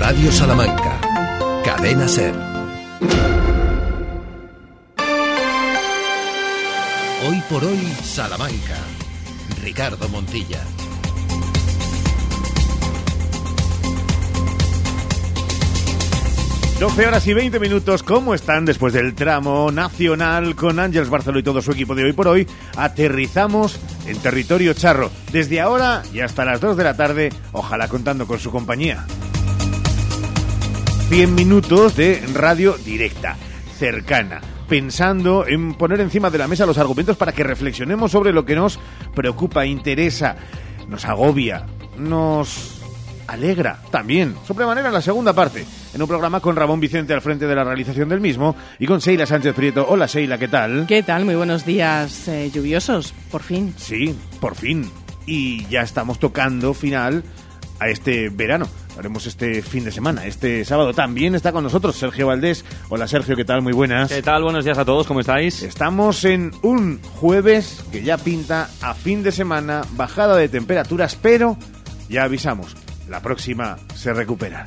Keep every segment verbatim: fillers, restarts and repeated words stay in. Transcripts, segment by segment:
Radio Salamanca, Cadena SER. Hoy por hoy, Salamanca. Ricardo Montilla. doce horas y veinte minutos, ¿cómo están después del tramo nacional con Ángeles Barceló y todo su equipo de Hoy por Hoy? Aterrizamos en territorio charro, desde ahora y hasta las dos de la tarde, ojalá contando con su compañía. cien minutos de radio directa, cercana, pensando en poner encima de la mesa los argumentos para que reflexionemos sobre lo que nos preocupa, interesa, nos agobia, nos alegra también, sobremanera en la segunda parte, en un programa con Ramón Vicente al frente de la realización del mismo y con Sheila Sánchez Prieto. Hola Sheila, ¿qué tal? ¿Qué tal? Muy buenos días eh, lluviosos, por fin. Sí, por fin. Y ya estamos tocando final a este verano. Haremos este fin de semana, este sábado. También está con nosotros Sergio Valdés. Hola Sergio, ¿qué tal? Muy buenas. ¿Qué tal? Buenos días a todos, ¿cómo estáis? Estamos en un jueves que ya pinta a fin de semana, bajada de temperaturas, pero ya avisamos, la próxima se recupera.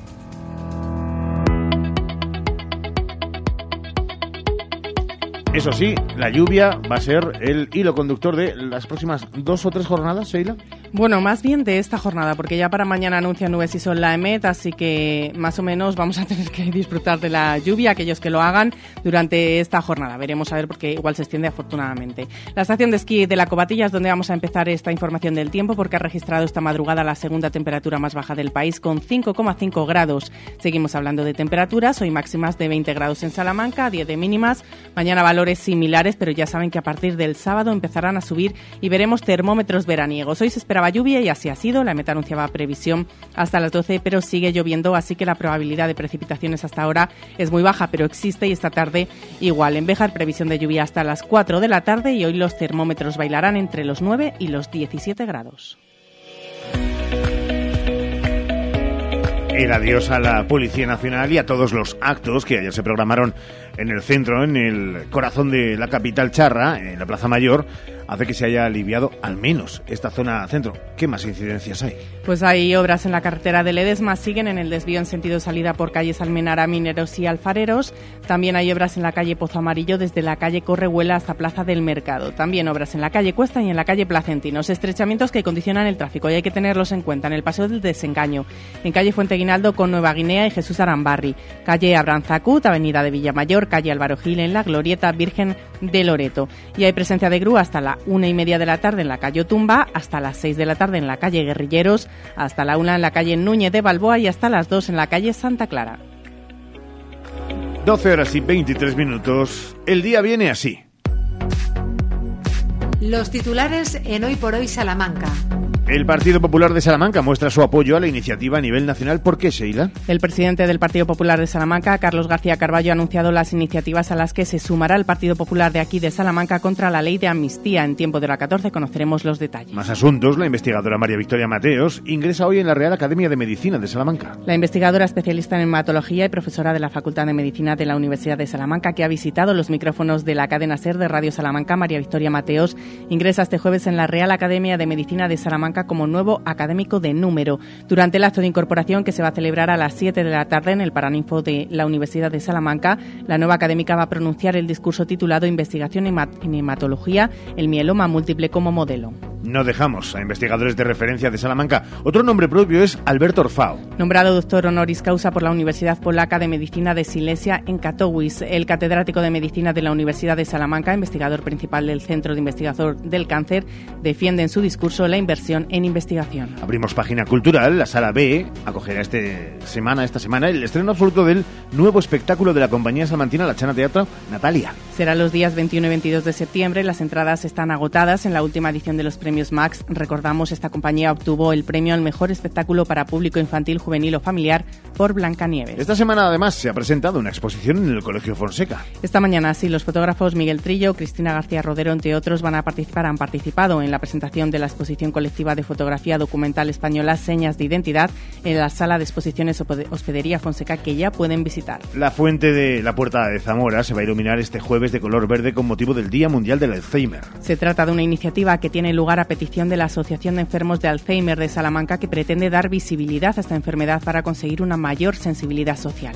Eso sí, la lluvia va a ser el hilo conductor de las próximas dos o tres jornadas, Sheila. Bueno, más bien de esta jornada, porque ya para mañana anuncia nubes y sol la EMET, así que más o menos vamos a tener que disfrutar de la lluvia, aquellos que lo hagan durante esta jornada. Veremos a ver, porque igual se extiende afortunadamente. La estación de esquí de La Covatilla es donde vamos a empezar esta información del tiempo, porque ha registrado esta madrugada la segunda temperatura más baja del país, con cinco coma cinco grados. Seguimos hablando de temperaturas, hoy máximas de veinte grados en Salamanca, diez de mínimas, mañana valores similares, pero ya saben que a partir del sábado empezarán a subir y veremos termómetros veraniegos. Hoy se esperaba lluvia y así ha sido. La EMET anunciaba previsión hasta las doce, pero sigue lloviendo, así que la probabilidad de precipitaciones hasta ahora es muy baja, pero existe, y esta tarde igual. En Béjar, previsión de lluvia hasta las cuatro de la tarde y hoy los termómetros bailarán entre los nueve y los diecisiete grados. El adiós a la Policía Nacional y a todos los actos que ayer se programaron en el centro, en el corazón de la capital charra, en la Plaza Mayor, hace que se haya aliviado al menos esta zona centro. ¿Qué más incidencias hay? Pues hay obras en la carretera de Ledesma, siguen en el desvío en sentido salida por calles Almenara, Mineros y Alfareros. También hay obras en la calle Pozo Amarillo desde la calle Correhuela hasta Plaza del Mercado. También obras en la calle Cuesta y en la calle Placentinos. Estrechamientos que condicionan el tráfico y hay que tenerlos en cuenta en el Paseo del Desengaño, en calle Fuente Guinaldo con Nueva Guinea y Jesús Arambarri, calle Abranzacut, avenida de Villamayor, calle Álvaro Gil en la Glorieta Virgen de Loreto. Y hay presencia de grúa hasta la una y media de la tarde en la calle Otumba, hasta las seis de la tarde en la calle Guerrilleros, hasta la una en la calle Núñez de Balboa y hasta las dos en la calle Santa Clara. doce horas y veintitrés minutos. El día viene así. Los titulares en Hoy por Hoy Salamanca. El Partido Popular de Salamanca muestra su apoyo a la iniciativa a nivel nacional. ¿Por qué, Sheila? El presidente del Partido Popular de Salamanca, Carlos García Carballo, ha anunciado las iniciativas a las que se sumará el Partido Popular de aquí de Salamanca contra la ley de amnistía. En tiempo de la catorce conoceremos los detalles. Más asuntos. La investigadora María Victoria Mateos ingresa hoy en la Real Academia de Medicina de Salamanca. La investigadora especialista en hematología y profesora de la Facultad de Medicina de la Universidad de Salamanca, que ha visitado los micrófonos de la cadena SER de Radio Salamanca, María Victoria Mateos, ingresa este jueves en la Real Academia de Medicina de Salamanca como nuevo académico de número. Durante el acto de incorporación, que se va a celebrar a las siete de la tarde en el Paraninfo de la Universidad de Salamanca, la nueva académica va a pronunciar el discurso titulado Investigación en hematología, el mieloma múltiple como modelo. No dejamos a investigadores de referencia de Salamanca. Otro nombre propio es Alberto Orfao. Nombrado doctor honoris causa por la Universidad Polaca de Medicina de Silesia en Katowice, el catedrático de Medicina de la Universidad de Salamanca, investigador principal del Centro de Investigación del Cáncer, defiende en su discurso la inversión en investigación. Abrimos página cultural. La Sala B acogerá este semana, esta semana el estreno absoluto del nuevo espectáculo de la compañía salmantina La Chana Teatro, Natalia. Será los días veintiuno y veintidós de septiembre. Las entradas están agotadas en la última edición de los premios Max. Recordamos, esta compañía obtuvo el premio al mejor espectáculo para público infantil, juvenil o familiar por Blancanieves. Esta semana además se ha presentado una exposición en el Colegio Fonseca. Esta mañana sí, los fotógrafos Miguel Trillo, Cristina García Rodero, entre otros, van a participar, han participado en la presentación de la exposición colectiva de fotografía documental española Señas de Identidad en la sala de exposiciones Hospedería Fonseca, que ya pueden visitar. La fuente de la Puerta de Zamora se va a iluminar este jueves de color verde con motivo del Día Mundial del Alzheimer. Se trata de una iniciativa que tiene lugar lugar a petición de la Asociación de Enfermos de Alzheimer de Salamanca, que pretende dar visibilidad a esta enfermedad para conseguir una mayor sensibilidad social.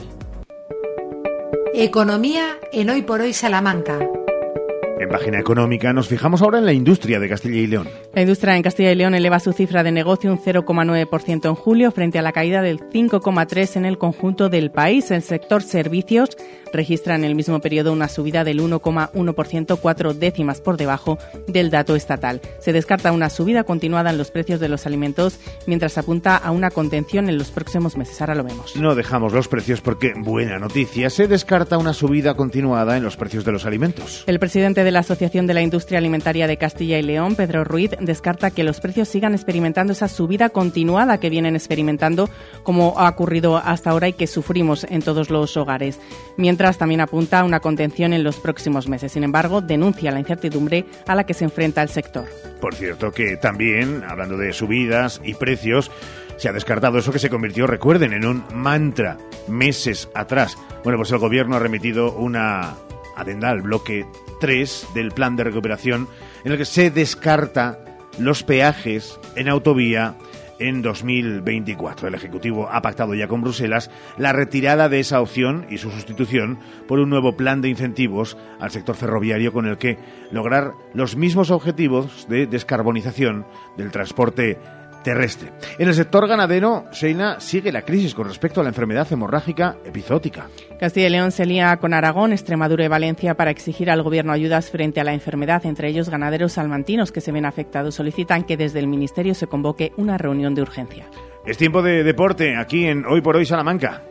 Economía en Hoy por Hoy Salamanca. En página económica nos fijamos ahora en la industria de Castilla y León. La industria en Castilla y León eleva su cifra de negocio un cero coma nueve por ciento en julio frente a la caída del cinco coma tres por ciento en el conjunto del país. El sector servicios registra en el mismo periodo una subida del uno coma uno por ciento, cuatro décimas por debajo del dato estatal. Se descarta una subida continuada en los precios de los alimentos, mientras apunta a una contención en los próximos meses. Ahora lo vemos. No dejamos los precios porque, buena noticia, se descarta una subida continuada en los precios de los alimentos. El presidente de la Asociación de la Industria Alimentaria de Castilla y León, Pedro Ruiz, descarta que los precios sigan experimentando esa subida continuada que vienen experimentando, como ha ocurrido hasta ahora y que sufrimos en todos los hogares. Mientras también apunta a una contención en los próximos meses. Sin embargo, denuncia la incertidumbre a la que se enfrenta el sector. Por cierto que también, hablando de subidas y precios, se ha descartado eso que se convirtió, recuerden, en un mantra meses atrás. Bueno, pues el Gobierno ha remitido una adenda al bloque tres del plan de recuperación en el que se descarta los peajes en autovía en dos mil veinticuatro. El Ejecutivo ha pactado ya con Bruselas la retirada de esa opción y su sustitución por un nuevo plan de incentivos al sector ferroviario con el que lograr los mismos objetivos de descarbonización del transporte terrestre. En el sector ganadero, Sheina, sigue la crisis con respecto a la enfermedad hemorrágica epizootica. Castilla y León se lía con Aragón, Extremadura y Valencia para exigir al Gobierno ayudas frente a la enfermedad, entre ellos ganaderos salmantinos que se ven afectados. Solicitan que desde el Ministerio se convoque una reunión de urgencia. Es tiempo de deporte aquí en Hoy por Hoy Salamanca.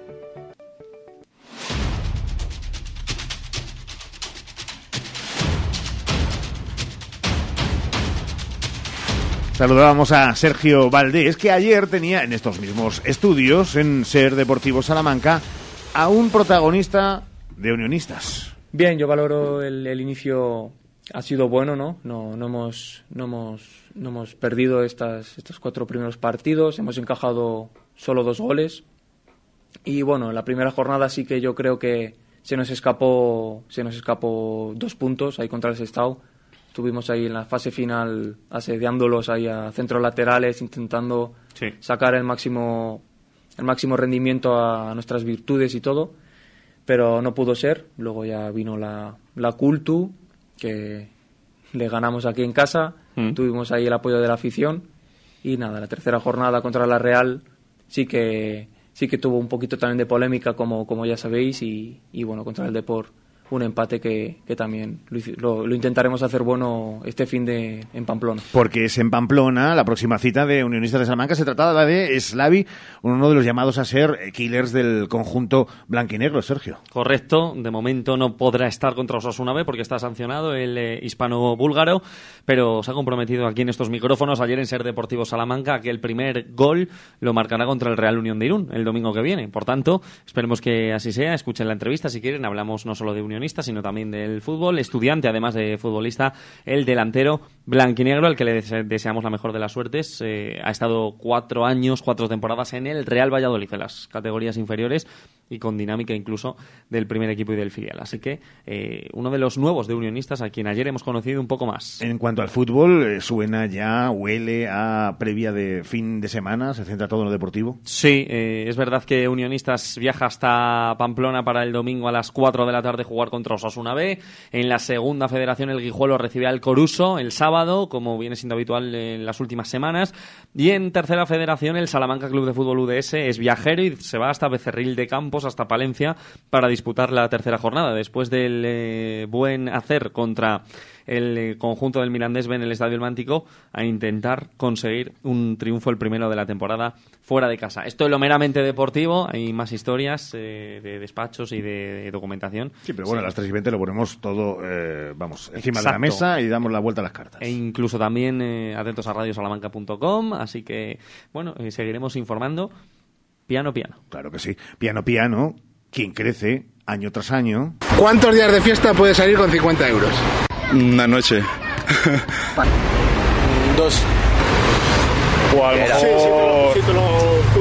Saludábamos a Sergio Valdés, que ayer tenía en estos mismos estudios, en Ser Deportivo Salamanca, a un protagonista de Unionistas. Bien, yo valoro el, el inicio, ha sido bueno, ¿no? No, no hemos, no hemos, no hemos perdido estas, estos cuatro primeros partidos, hemos encajado solo dos goles y bueno, en la primera jornada sí que yo creo que se nos escapó, se nos escapó dos puntos ahí contra el Sestao. Estuvimos ahí en la fase final asediándolos ahí a centros laterales, intentando sí. sacar el máximo, el máximo rendimiento a nuestras virtudes y todo, pero no pudo ser. Luego ya vino la, la Cultu, que le ganamos aquí en casa, mm. tuvimos ahí el apoyo de la afición y nada, la tercera jornada contra la Real sí que sí que tuvo un poquito también de polémica, como, como ya sabéis, y, y bueno, contra el Depor un empate que, que también lo, lo, lo intentaremos hacer bueno este fin de en Pamplona. Porque es en Pamplona, la próxima cita de Unionistas de Salamanca. Se trataba de Slavi, uno de los llamados a ser killers del conjunto blanquinegro, Sergio. Correcto, de momento no podrá estar contra Osasuna B porque está sancionado el eh, hispano-búlgaro, pero se ha comprometido aquí en estos micrófonos ayer en Ser Deportivo Salamanca que el primer gol lo marcará contra el Real Unión de Irún el domingo que viene. Por tanto, esperemos que así sea. Escuchen la entrevista si quieren. Hablamos no solo de Unión, sino también del fútbol, estudiante además de futbolista, el delantero blanquinegro, al que le deseamos la mejor de las suertes. Eh, ha estado cuatro años, cuatro temporadas en el Real Valladolid, en las categorías inferiores y con dinámica incluso del primer equipo y del filial. Así que eh, uno de los nuevos de Unionistas, a quien ayer hemos conocido un poco más. En cuanto al fútbol, eh, suena ya, huele a previa de fin de semana, se centra todo en lo deportivo. Sí, eh, es verdad que Unionistas viaja hasta Pamplona para el domingo a las cuatro de la tarde jugar contra Osasuna B. En la segunda federación el Guijuelo recibe al Coruso el sábado, como viene siendo habitual en las últimas semanas. Y en tercera federación el Salamanca Club de Fútbol U D S es viajero y se va hasta Becerril de Campos, hasta Palencia, para disputar la tercera jornada. Después del eh, buen hacer contra el eh, conjunto del Mirandés B en el Estadio El Mántico, a intentar conseguir un triunfo, el primero de la temporada, fuera de casa. Esto es lo meramente deportivo. Hay más historias eh, de despachos y de, de documentación. Sí, pero bueno, sí. A las tres y veinte lo ponemos todo, eh, vamos, encima Exacto. de la mesa y damos la vuelta a las cartas. E incluso también eh, atentos a radio salamanca punto com, así que, bueno, eh, seguiremos informando piano piano. Claro que sí, piano piano, quien crece año tras año. ¿Cuántos días de fiesta puede salir con cincuenta euros? Una noche. Dos. O a lo mejor... Sí, si te lo, si te lo curras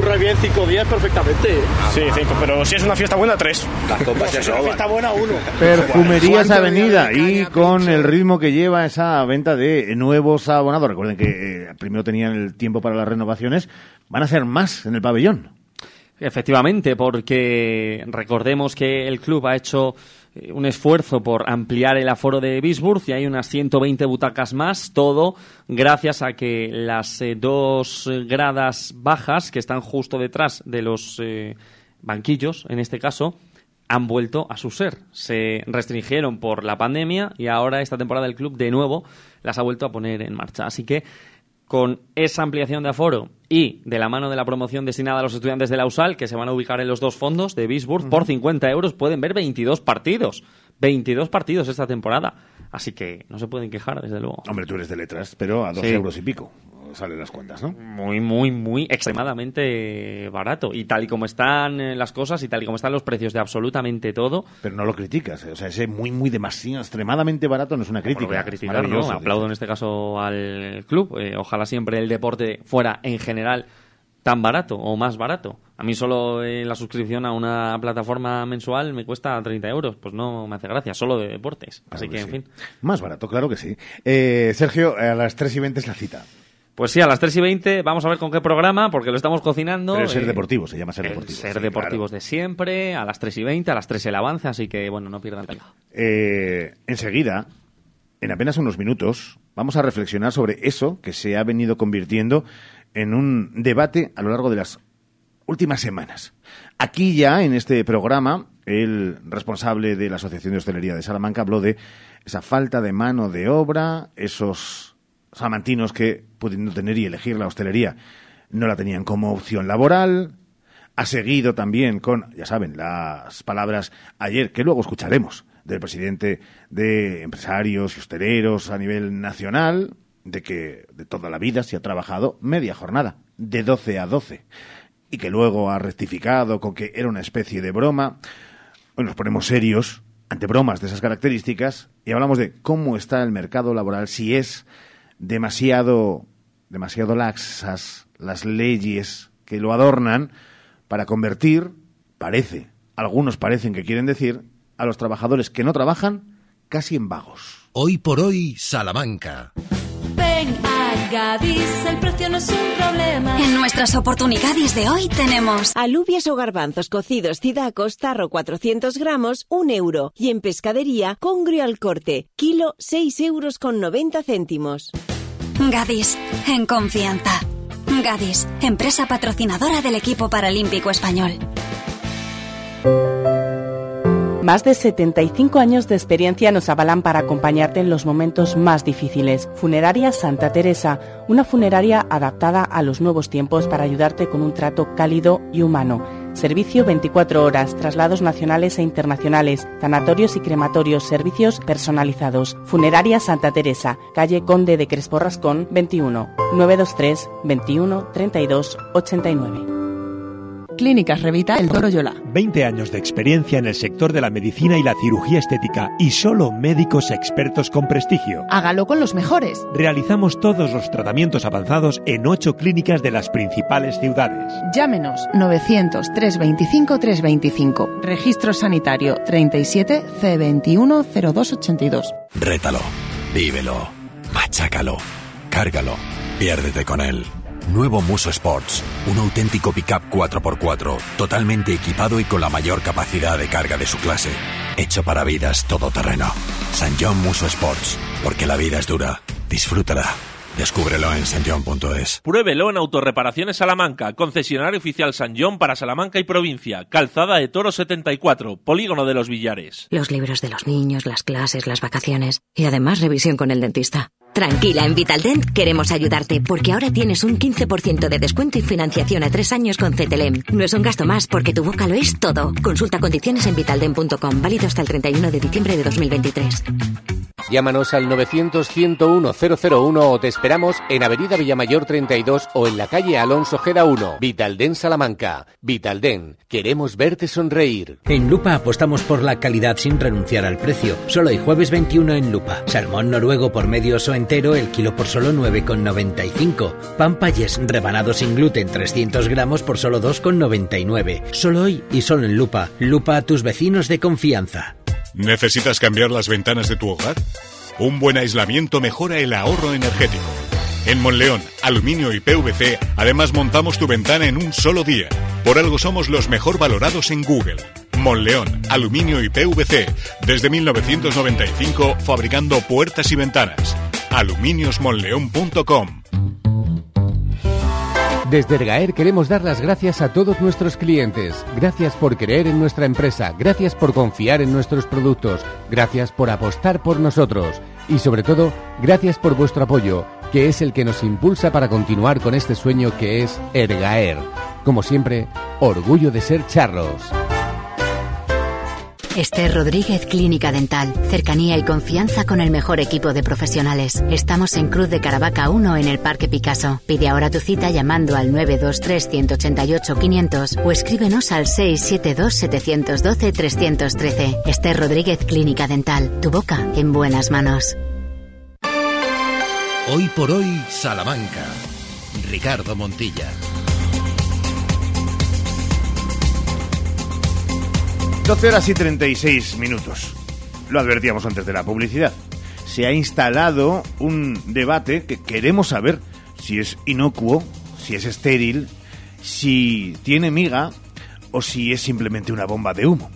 transcurre bien cinco días perfectamente. Sí, cinco, pero si es una fiesta buena, tres. Las copas si es una fiesta buena, uno. Perfumerías Avenida, y con el ritmo que lleva esa venta de nuevos abonados, recuerden que eh, primero tenían el tiempo para las renovaciones, van a ser más en el pabellón. Efectivamente, porque recordemos que el club ha hecho un esfuerzo por ampliar el aforo de Bisburg y hay unas ciento veinte butacas más, todo gracias a que las eh, dos gradas bajas que están justo detrás de los eh, banquillos, en este caso, han vuelto a su ser. Se restringieron por la pandemia y ahora esta temporada el club de nuevo las ha vuelto a poner en marcha. Así que con esa ampliación de aforo y de la mano de la promoción destinada a los estudiantes de la U S A L, que se van a ubicar en los dos fondos de Bisburg, uh-huh. por cincuenta euros pueden ver veintidós partidos. veintidós partidos esta temporada. Así que no se pueden quejar, desde luego. Hombre, tú eres de letras, pero a dos sí. euros y pico salen las cuentas, ¿no? Muy, muy, muy extremadamente barato. Y tal y como están las cosas y tal y como están los precios de absolutamente todo... Pero no lo criticas, ¿eh? O sea, ese muy, muy demasiado, extremadamente barato no es una crítica. No, voy a criticar, ¿no? Aplaudo en este caso al club. Eh, ojalá siempre el deporte fuera, en general, tan barato o más barato. A mí solo eh, la suscripción a una plataforma mensual me cuesta treinta euros. Pues no me hace gracia, solo de deportes. Así claro que, que en sí. fin. Más barato, claro que sí. Eh, Sergio, a las tres y veinte es la cita. Pues sí, a las tres y veinte vamos a ver con qué programa, porque lo estamos cocinando. Pero es Ser eh, Deportivo, se llama Ser Deportivo. Ser sí, Deportivos claro. de siempre, a las tres y veinte, a las tres el avance, así que, bueno, no pierdan tiempo. Eh, enseguida, en apenas unos minutos, vamos a reflexionar sobre eso que se ha venido convirtiendo en un debate a lo largo de las últimas semanas. Aquí ya, en este programa, el responsable de la Asociación de Hostelería de Salamanca habló de esa falta de mano de obra, esos salmantinos que, pudiendo tener y elegir la hostelería, no la tenían como opción laboral. Ha seguido también con, ya saben, las palabras ayer, que luego escucharemos, del presidente de empresarios y hosteleros a nivel nacional, de que de toda la vida se ha trabajado media jornada, de doce a doce, y que luego ha rectificado con que era una especie de broma. Hoy nos ponemos serios ante bromas de esas características y hablamos de cómo está el mercado laboral, si es demasiado, demasiado laxas las leyes que lo adornan para convertir, parece, algunos parecen que quieren decir, a los trabajadores que no trabajan casi en vagos. Hoy por hoy, Salamanca. Ven a Gadis, el precio no es un problema. En nuestras oportunidades de hoy tenemos alubias o garbanzos cocidos Cidacos, tarro cuatrocientos gramos, un euro. Y en pescadería, congrio al corte, kilo seis euros con noventa céntimos. Gadis, en confianza. Gadis, empresa patrocinadora del equipo paralímpico español. Más de setenta y cinco años de experiencia nos avalan para acompañarte en los momentos más difíciles. Funeraria Santa Teresa, una funeraria adaptada a los nuevos tiempos para ayudarte con un trato cálido y humano. Servicio veinticuatro horas, traslados nacionales e internacionales, tanatorios y crematorios, servicios personalizados. Funeraria Santa Teresa, calle Conde de Crespo Rascón, veintiuno, nueve dos tres, veintiuno, treinta y dos, ochenta y nueve. Clínicas Revita El Toro Yola. veinte años de experiencia en el sector de la medicina y la cirugía estética y solo médicos expertos con prestigio. Hágalo con los mejores. Realizamos todos los tratamientos avanzados en ocho clínicas de las principales ciudades. Llámenos novecientos, trescientos veinticinco, trescientos veinticinco. Registro sanitario treinta y siete C veintiuno cero dos ochenta y dos. Rétalo, vívelo, machácalo, cárgalo, piérdete con él. Nuevo Muso Sports, un auténtico pick-up cuatro por cuatro, totalmente equipado y con la mayor capacidad de carga de su clase. Hecho para vidas todoterreno. San John Muso Sports, porque la vida es dura. Disfrútala. Descúbrelo en san john punto es. Pruébelo en Autorreparaciones Salamanca, concesionario oficial San John para Salamanca y provincia. Calzada de Toro setenta y cuatro, Polígono de los Villares. Los libros de los niños, las clases, las vacaciones y además revisión con el dentista. Tranquila, en Vitaldent queremos ayudarte porque ahora tienes un quince por ciento de descuento y financiación a tres años con Cetelem. No es un gasto más porque tu boca lo es todo. Consulta condiciones en vitaldent punto com, válido hasta el treinta y uno de diciembre de dos mil veintitrés. Llámanos al novecientos, ciento uno, cero cero uno o te esperamos en Avenida Villamayor treinta y dos o en la calle Alonso Ojeda uno. Vitaldent Salamanca. Vitaldent. Queremos verte sonreír. En Lupa apostamos por la calidad sin renunciar al precio. Solo hoy jueves veintiuno en Lupa. Salmón noruego por medios o entero, el kilo por solo nueve con noventa y cinco. Pan Payés rebanado sin gluten trescientos gramos por solo dos con noventa y nueve. Solo hoy y solo en Lupa. Lupa a tus vecinos de confianza. ¿Necesitas cambiar las ventanas de tu hogar? Un buen aislamiento mejora el ahorro energético. En Monleón, Aluminio y P V C, además montamos tu ventana en un solo día. Por algo somos los mejor valorados en Google. Monleón, Aluminio y P V C, desde mil novecientos noventa y cinco fabricando puertas y ventanas. aluminios monleón punto com. Desde Ergaer queremos dar las gracias a todos nuestros clientes. Gracias por creer en nuestra empresa, gracias por confiar en nuestros productos, gracias por apostar por nosotros y sobre todo, gracias por vuestro apoyo, que es el que nos impulsa para continuar con este sueño que es Ergaer. Como siempre, orgullo de ser charros. Esther Rodríguez Clínica Dental. Cercanía y confianza con el mejor equipo de profesionales. Estamos en Cruz de Caravaca uno en el Parque Picasso. Pide ahora tu cita llamando al nueve dos tres, uno ocho ocho, quinientos o escríbenos al seis siete dos, siete uno dos, tres uno tres. Esther Rodríguez Clínica Dental. Tu boca en buenas manos. Hoy por hoy, Salamanca. Ricardo Montilla. doce horas y treinta y seis minutos. Lo advertíamos antes de la publicidad. Se ha instalado un debate que queremos saber si es inocuo, si es estéril, si tiene miga o si es simplemente una bomba de humo.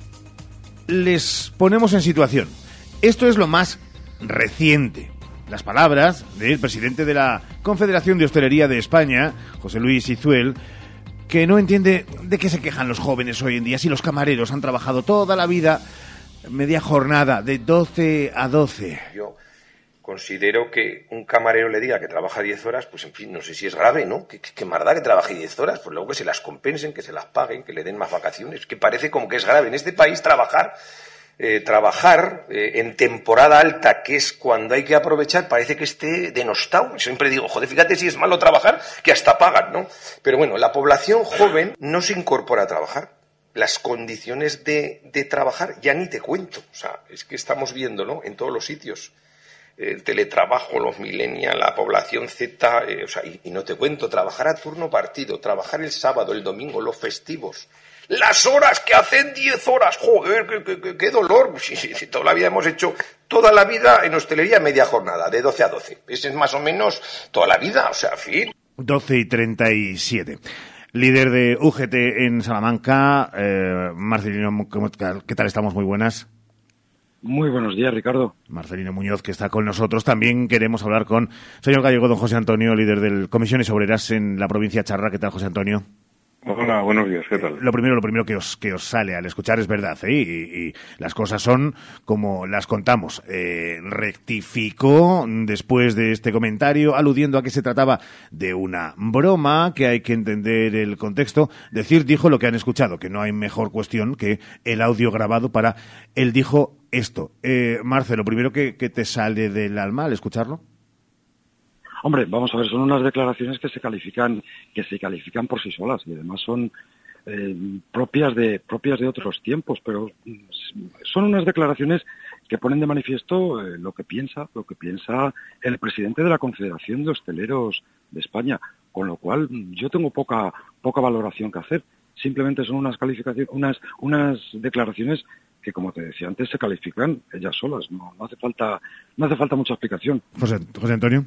Les ponemos en situación. Esto es lo más reciente. Las palabras del presidente de la Confederación de Hostelería de España, José Luis Izuel, que no entiende de qué se quejan los jóvenes hoy en día si los camareros han trabajado toda la vida media jornada de doce a doce. Yo considero que un camarero le diga que trabaja diez horas, pues en fin, no sé si es grave, ¿no? ¿Qué, qué más da que trabaje diez horas? Pues luego que se las compensen, que se las paguen, que le den más vacaciones. Que parece como que es grave. En este país trabajar... Eh, trabajar eh, en temporada alta, que es cuando hay que aprovechar, parece que esté denostado. Siempre digo, joder, fíjate si es malo trabajar, que hasta pagan, ¿no? Pero bueno, la población joven no se incorpora a trabajar. Las condiciones de, de trabajar ya ni te cuento. O sea, es que estamos viendo, ¿no?, en todos los sitios. El teletrabajo, los millennials, la población Z, eh, o sea, y, y no te cuento, trabajar a turno partido, trabajar el sábado, el domingo, los festivos. Las horas que hacen diez horas, joder, qué, qué, qué, qué dolor. Si, si, si toda la vida hemos hecho, toda la vida en hostelería media jornada, de doce a doce. Ese es más o menos toda la vida, o sea, en fin. doce y treinta y siete. Líder de U G T en Salamanca, eh, Marcelino, ¿qué tal estamos? Muy buenas. Muy buenos días, Ricardo. Marcelino Muñoz, que está con nosotros. También queremos hablar con señor gallego, don José Antonio, líder de Comisiones Obreras en la provincia de Charra. ¿Qué tal, José Antonio? Hola, buenos días, ¿qué tal? Lo primero, lo primero que os que os sale al escuchar es verdad, ¿eh? y, y las cosas son como las contamos. Eh, rectificó después de este comentario, aludiendo a que se trataba de una broma, que hay que entender el contexto. Decir, dijo lo que han escuchado, que no hay mejor cuestión que el audio grabado para él dijo esto. Eh, Marce, lo primero que, que te sale del alma al escucharlo. Hombre, vamos a ver, son unas declaraciones que se califican, que se califican por sí solas y además son eh, propias de propias de otros tiempos, pero son unas declaraciones que ponen de manifiesto eh, lo que piensa, lo que piensa el presidente de la Confederación de Hosteleros de España, con lo cual yo tengo poca poca valoración que hacer. Simplemente son unas calificaciones, unas unas declaraciones que, como te decía antes, se califican ellas solas. No, no hace falta no hace falta mucha explicación. José, José Antonio.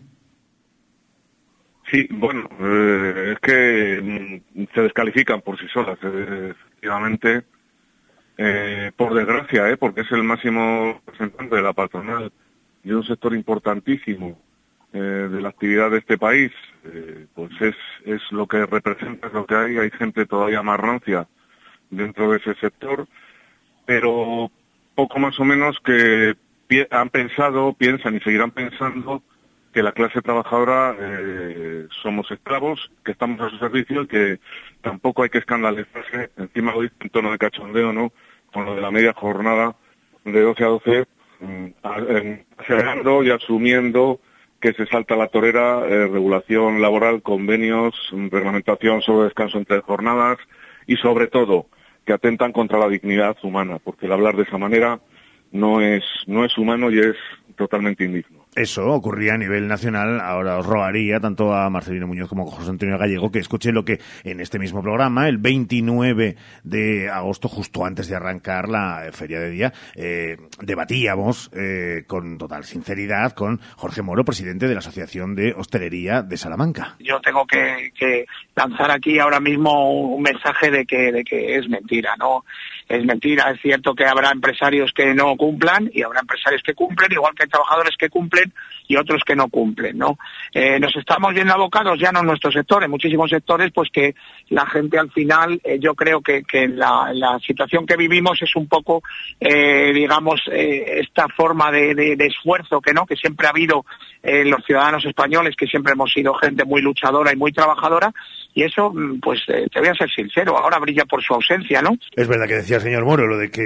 Sí, bueno, eh, es que mm, se descalifican por sí solas, eh, efectivamente, eh, por desgracia, eh, porque es el máximo representante de la patronal y de un sector importantísimo eh, de la actividad de este país, eh, pues es, es lo que representa, es lo que hay. Hay gente todavía más rancia dentro de ese sector, pero poco más o menos que pi- han pensado, piensan y seguirán pensando que la clase trabajadora eh, somos esclavos, que estamos a su servicio y que tampoco hay que escandalizarse, encima lo dice en tono de cachondeo, ¿no?, con lo de la media jornada de doce a doce, acelerando y asumiendo que se salta la torera, eh, regulación laboral, convenios, reglamentación sobre descanso entre jornadas y sobre todo que atentan contra la dignidad humana, porque el hablar de esa manera no es, no es humano y es totalmente indigno. Eso ocurría a nivel nacional. Ahora os rogaría tanto a Marcelino Muñoz como a José Antonio Gallego que escuchen lo que en este mismo programa, el veintinueve de agosto, justo antes de arrancar la Feria de Día, eh, debatíamos eh, con total sinceridad con Jorge Moro, presidente de la Asociación de Hostelería de Salamanca. Yo tengo que, que lanzar aquí ahora mismo un mensaje de que, de que es mentira, ¿no? Es mentira, es cierto que habrá empresarios que no cumplan y habrá empresarios que cumplen, igual que hay trabajadores que cumplen y otros que no cumplen, ¿no? Eh, nos estamos viendo abocados, ya no en nuestro sector, en muchísimos sectores, pues que la gente al final, eh, yo creo que, que la, la situación que vivimos es un poco, eh, digamos, eh, esta forma de, de, de esfuerzo que no, que siempre ha habido en eh, los ciudadanos españoles, que siempre hemos sido gente muy luchadora y muy trabajadora, y eso, pues eh, te voy a ser sincero, ahora brilla por su ausencia, ¿no? Es verdad que decía el señor Moro lo de que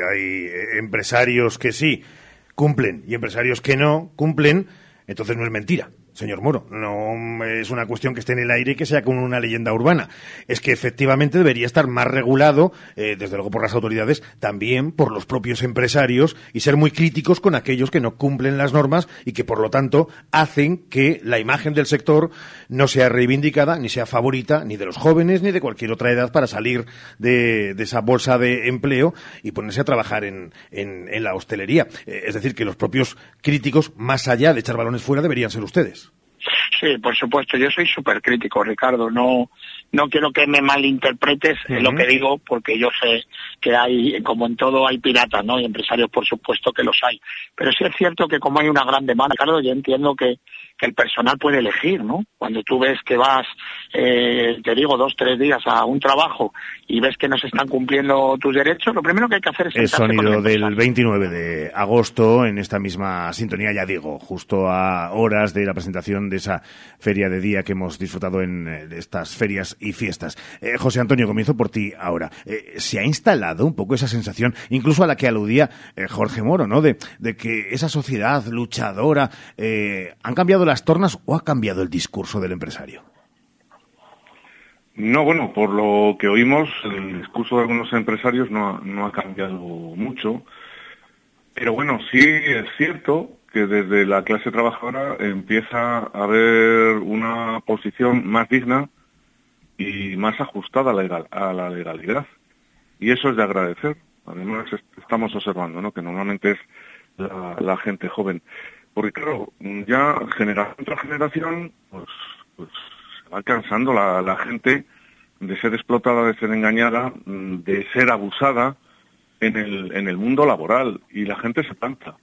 hay empresarios que sí cumplen y empresarios que no cumplen, entonces no es mentira, señor Moro. No es una cuestión que esté en el aire y que sea como una leyenda urbana. Es que efectivamente debería estar más regulado, eh, desde luego por las autoridades, también por los propios empresarios y ser muy críticos con aquellos que no cumplen las normas y que por lo tanto hacen que la imagen del sector no sea reivindicada ni sea favorita ni de los jóvenes ni de cualquier otra edad para salir de, de esa bolsa de empleo y ponerse a trabajar en, en, en la hostelería. Eh, es decir, que los propios críticos, más allá de echar balones fuera, deberían ser ustedes. Sí, por supuesto, yo soy súper crítico, Ricardo, no no quiero que me malinterpretes uh-huh. lo que digo, porque yo sé que hay, como en todo, hay piratas, ¿no? Y empresarios, por supuesto, que los hay. Pero sí es cierto que como hay una gran demanda, Ricardo, yo entiendo que, que el personal puede elegir, ¿no? Cuando tú ves que vas, eh, te digo, dos, tres días a un trabajo y ves que no se están cumpliendo tus derechos, lo primero que hay que hacer es... El sonido del veintinueve de agosto, en esta misma sintonía, ya digo, justo a horas de la presentación de esa feria de día que hemos disfrutado en eh, estas ferias y fiestas. Eh, José Antonio, comienzo por ti ahora. Eh, ¿Se ha instalado un poco esa sensación, incluso a la que aludía eh, Jorge Moro, ¿no? De, de que esa sociedad luchadora, eh, ¿han cambiado las tornas o ha cambiado el discurso del empresario? No, bueno, por lo que oímos, el discurso de algunos empresarios no, no ha cambiado mucho. Pero bueno, sí es cierto que desde la clase trabajadora empieza a haber una posición más digna y más ajustada a la, legal, a la legalidad. Y eso es de agradecer. Además, estamos observando, ¿no?, que normalmente es la, la gente joven. Porque claro, ya generación tras generación, pues, pues se va cansando la, la gente de ser explotada, de ser engañada, de ser abusada en el, en el mundo laboral. Y la gente se cansa.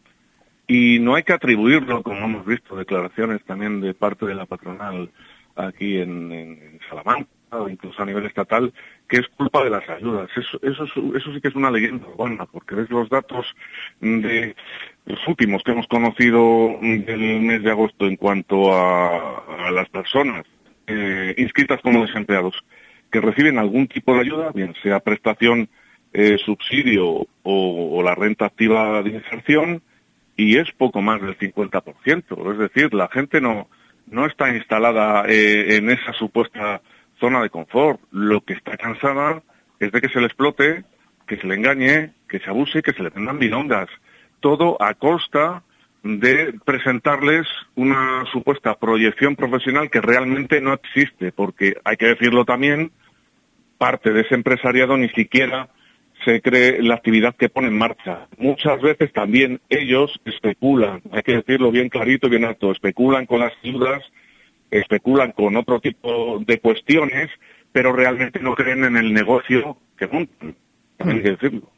Y no hay que atribuirlo, como hemos visto, declaraciones también de parte de la patronal aquí en, en, en Salamanca, o incluso a nivel estatal, que es culpa de las ayudas. Eso, eso, eso sí que es una leyenda urbana, porque ves los datos de los últimos que hemos conocido del mes de agosto en cuanto a, a las personas eh, inscritas como desempleados que reciben algún tipo de ayuda, bien sea prestación, eh, subsidio o, o la renta activa de inserción, y es poco más del cincuenta por ciento. Es decir, la gente no, no está instalada eh, en esa supuesta zona de confort. Lo que está cansada es de que se le explote, que se le engañe, que se abuse, que se le tengan milongas. Todo a costa de presentarles una supuesta proyección profesional que realmente no existe, porque hay que decirlo también, parte de ese empresariado ni siquiera se cree la actividad que pone en marcha. Muchas veces también ellos especulan, hay que decirlo bien clarito y bien alto, especulan con las ayudas, especulan con otro tipo de cuestiones, pero realmente no creen en el negocio que montan, hay que decirlo.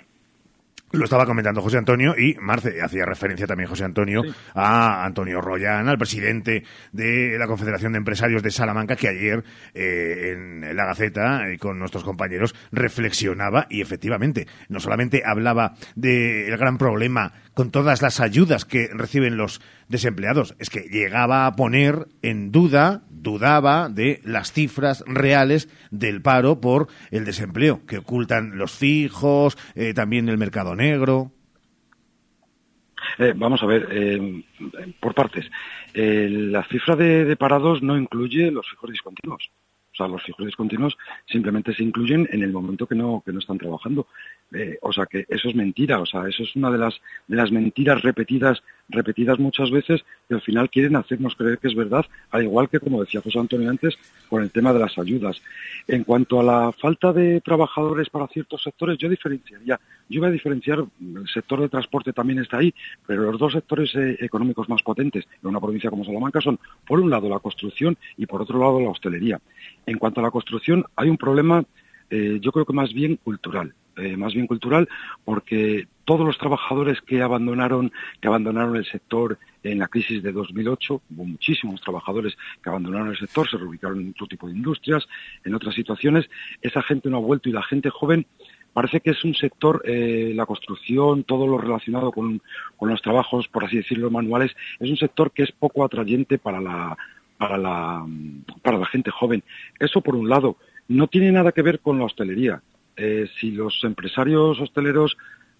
Lo estaba comentando José Antonio y Marce, hacía referencia también José Antonio sí. a Antonio Royán, al presidente de la Confederación de Empresarios de Salamanca, que ayer eh, en la Gaceta eh, con nuestros compañeros reflexionaba y efectivamente no solamente hablaba del gran problema con todas las ayudas que reciben los desempleados, es que llegaba a poner en duda, dudaba de las cifras reales del paro por el desempleo, que ocultan los fijos, eh, también el mercado negro. Eh, vamos a ver, eh, por partes. Eh, la cifra de, de parados no incluye los fijos discontinuos. O sea, los fijos discontinuos simplemente se incluyen en el momento que no que no están trabajando. Eh, o sea, que eso es mentira. O sea, eso es una de las de las mentiras repetidas repetidas muchas veces que al final quieren hacernos creer que es verdad, al igual que, como decía José Antonio antes, con el tema de las ayudas. En cuanto a la falta de trabajadores para ciertos sectores, yo diferenciaría. Yo voy a diferenciar, el sector de transporte también está ahí, pero los dos sectores eh, económicos más potentes en una provincia como Salamanca son, por un lado, la construcción y, por otro lado, la hostelería. En cuanto a la construcción, hay un problema, eh, yo creo que más bien cultural. Eh, más bien cultural, porque todos los trabajadores que abandonaron que abandonaron el sector en la crisis de dos mil ocho, hubo muchísimos trabajadores que abandonaron el sector, se reubicaron en otro tipo de industrias, en otras situaciones, esa gente no ha vuelto y la gente joven parece que es un sector, eh, la construcción, todo lo relacionado con, con los trabajos, por así decirlo, manuales, es un sector que es poco atrayente para la, para la, para la gente joven. Eso por un lado. No tiene nada que ver con la hostelería. Eh, si los empresarios hosteleros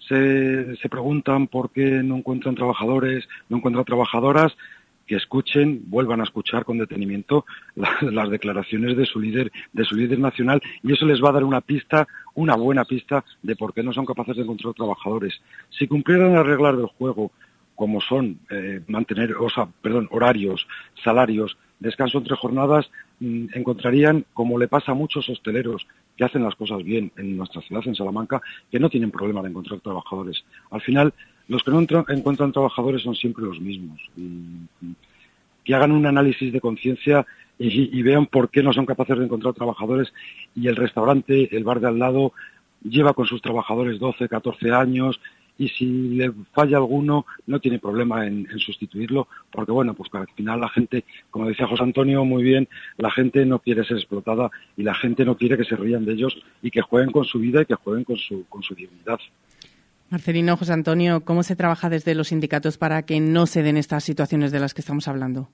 se, se preguntan por qué no encuentran trabajadores, no encuentran trabajadoras, que escuchen, vuelvan a escuchar con detenimiento la, las declaraciones de su líder, de su líder nacional, y eso les va a dar una pista, una buena pista de por qué no son capaces de encontrar trabajadores. Si cumplieran las reglas del juego, como son eh, mantener, o sea, perdón, horarios, salarios, descanso entre jornadas, mmm, encontrarían, como le pasa a muchos hosteleros que hacen las cosas bien en nuestra ciudad, en Salamanca, que no tienen problema de encontrar trabajadores. Al final, los que no entra, encuentran trabajadores son siempre los mismos. Y, que hagan un análisis de conciencia y, y vean por qué no son capaces de encontrar trabajadores, y el restaurante, el bar de al lado, lleva con sus trabajadores doce, catorce años, y si le falla alguno no tiene problema en, en sustituirlo, porque bueno, pues al final la gente, como decía José Antonio muy bien, la gente no quiere ser explotada y la gente no quiere que se rían de ellos y que jueguen con su vida y que jueguen con su, con su dignidad. Marcelino, José Antonio, ¿cómo se trabaja desde los sindicatos para que no se den estas situaciones de las que estamos hablando?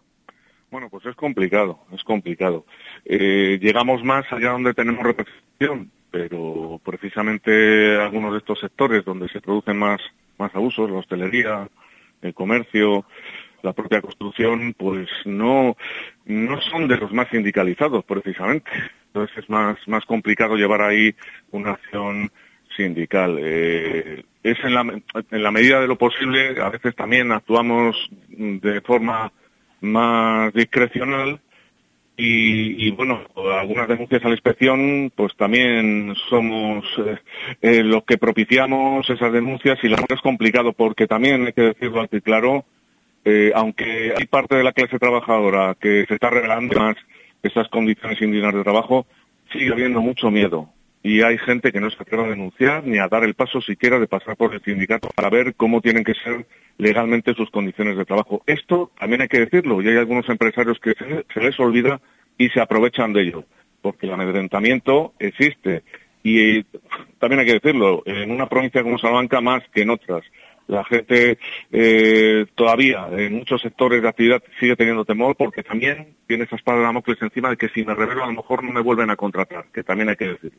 Bueno, pues es complicado, es complicado. Eh, llegamos más allá donde tenemos representación, pero precisamente algunos de estos sectores donde se producen más, más abusos, la hostelería, el comercio, la propia construcción, pues no, no son de los más sindicalizados precisamente. Entonces es más, más complicado llevar ahí una acción sindical. Eh, es en la, en la medida de lo posible, a veces también actuamos de forma más discrecional. Y, y bueno, algunas denuncias a la inspección, pues también somos eh, eh, los que propiciamos esas denuncias, y la verdad es complicado porque también hay que decirlo alto y claro, eh, aunque hay parte de la clase trabajadora que se está revelando más esas condiciones indignas de trabajo, sigue habiendo mucho miedo. Y hay gente que no se atreve a denunciar ni a dar el paso siquiera de pasar por el sindicato para ver cómo tienen que ser legalmente sus condiciones de trabajo. Esto también hay que decirlo, y hay algunos empresarios que se, se les olvida y se aprovechan de ello, porque el amedrentamiento existe. Y eh, también hay que decirlo, en una provincia como Salamanca más que en otras. La gente eh, todavía en muchos sectores de actividad sigue teniendo temor, porque también tiene esa espada de Damocles encima de que si me revelo a lo mejor no me vuelven a contratar, que también hay que decirlo.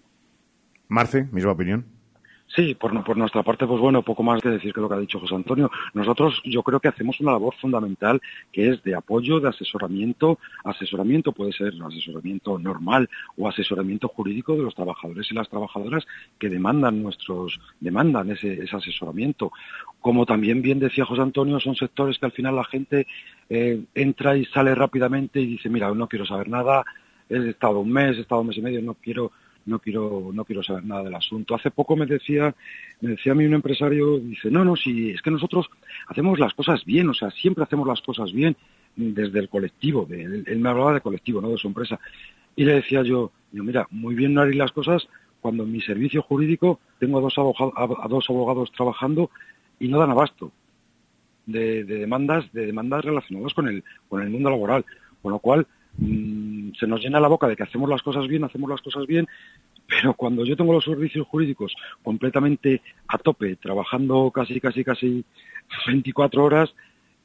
Marce, misma opinión. Sí, por, por nuestra parte, pues bueno, poco más que decir que lo que ha dicho José Antonio. Nosotros yo creo que hacemos una labor fundamental que es de apoyo, de asesoramiento. Asesoramiento puede ser asesoramiento normal o asesoramiento jurídico de los trabajadores y las trabajadoras que demandan nuestros, demandan ese, ese asesoramiento. Como también bien decía José Antonio, son sectores que al final la gente eh, entra y sale rápidamente y dice, mira, no quiero saber nada, he estado un mes, he estado un mes y medio, no quiero... no quiero no quiero saber nada del asunto. Hace poco me decía me decía a mí un empresario, dice, no, no, si es que nosotros hacemos las cosas bien, o sea, siempre hacemos las cosas bien desde el colectivo. De, él, él me hablaba de colectivo, no de su empresa. Y le decía yo, yo, mira, muy bien no haréis las cosas cuando en mi servicio jurídico tengo a dos abogados, a, a dos abogados trabajando y no dan abasto de, de demandas de demandas relacionadas con el con el mundo laboral. Con lo cual, se nos llena la boca de que hacemos las cosas bien, hacemos las cosas bien, pero cuando yo tengo los servicios jurídicos completamente a tope, trabajando casi, casi, casi veinticuatro horas,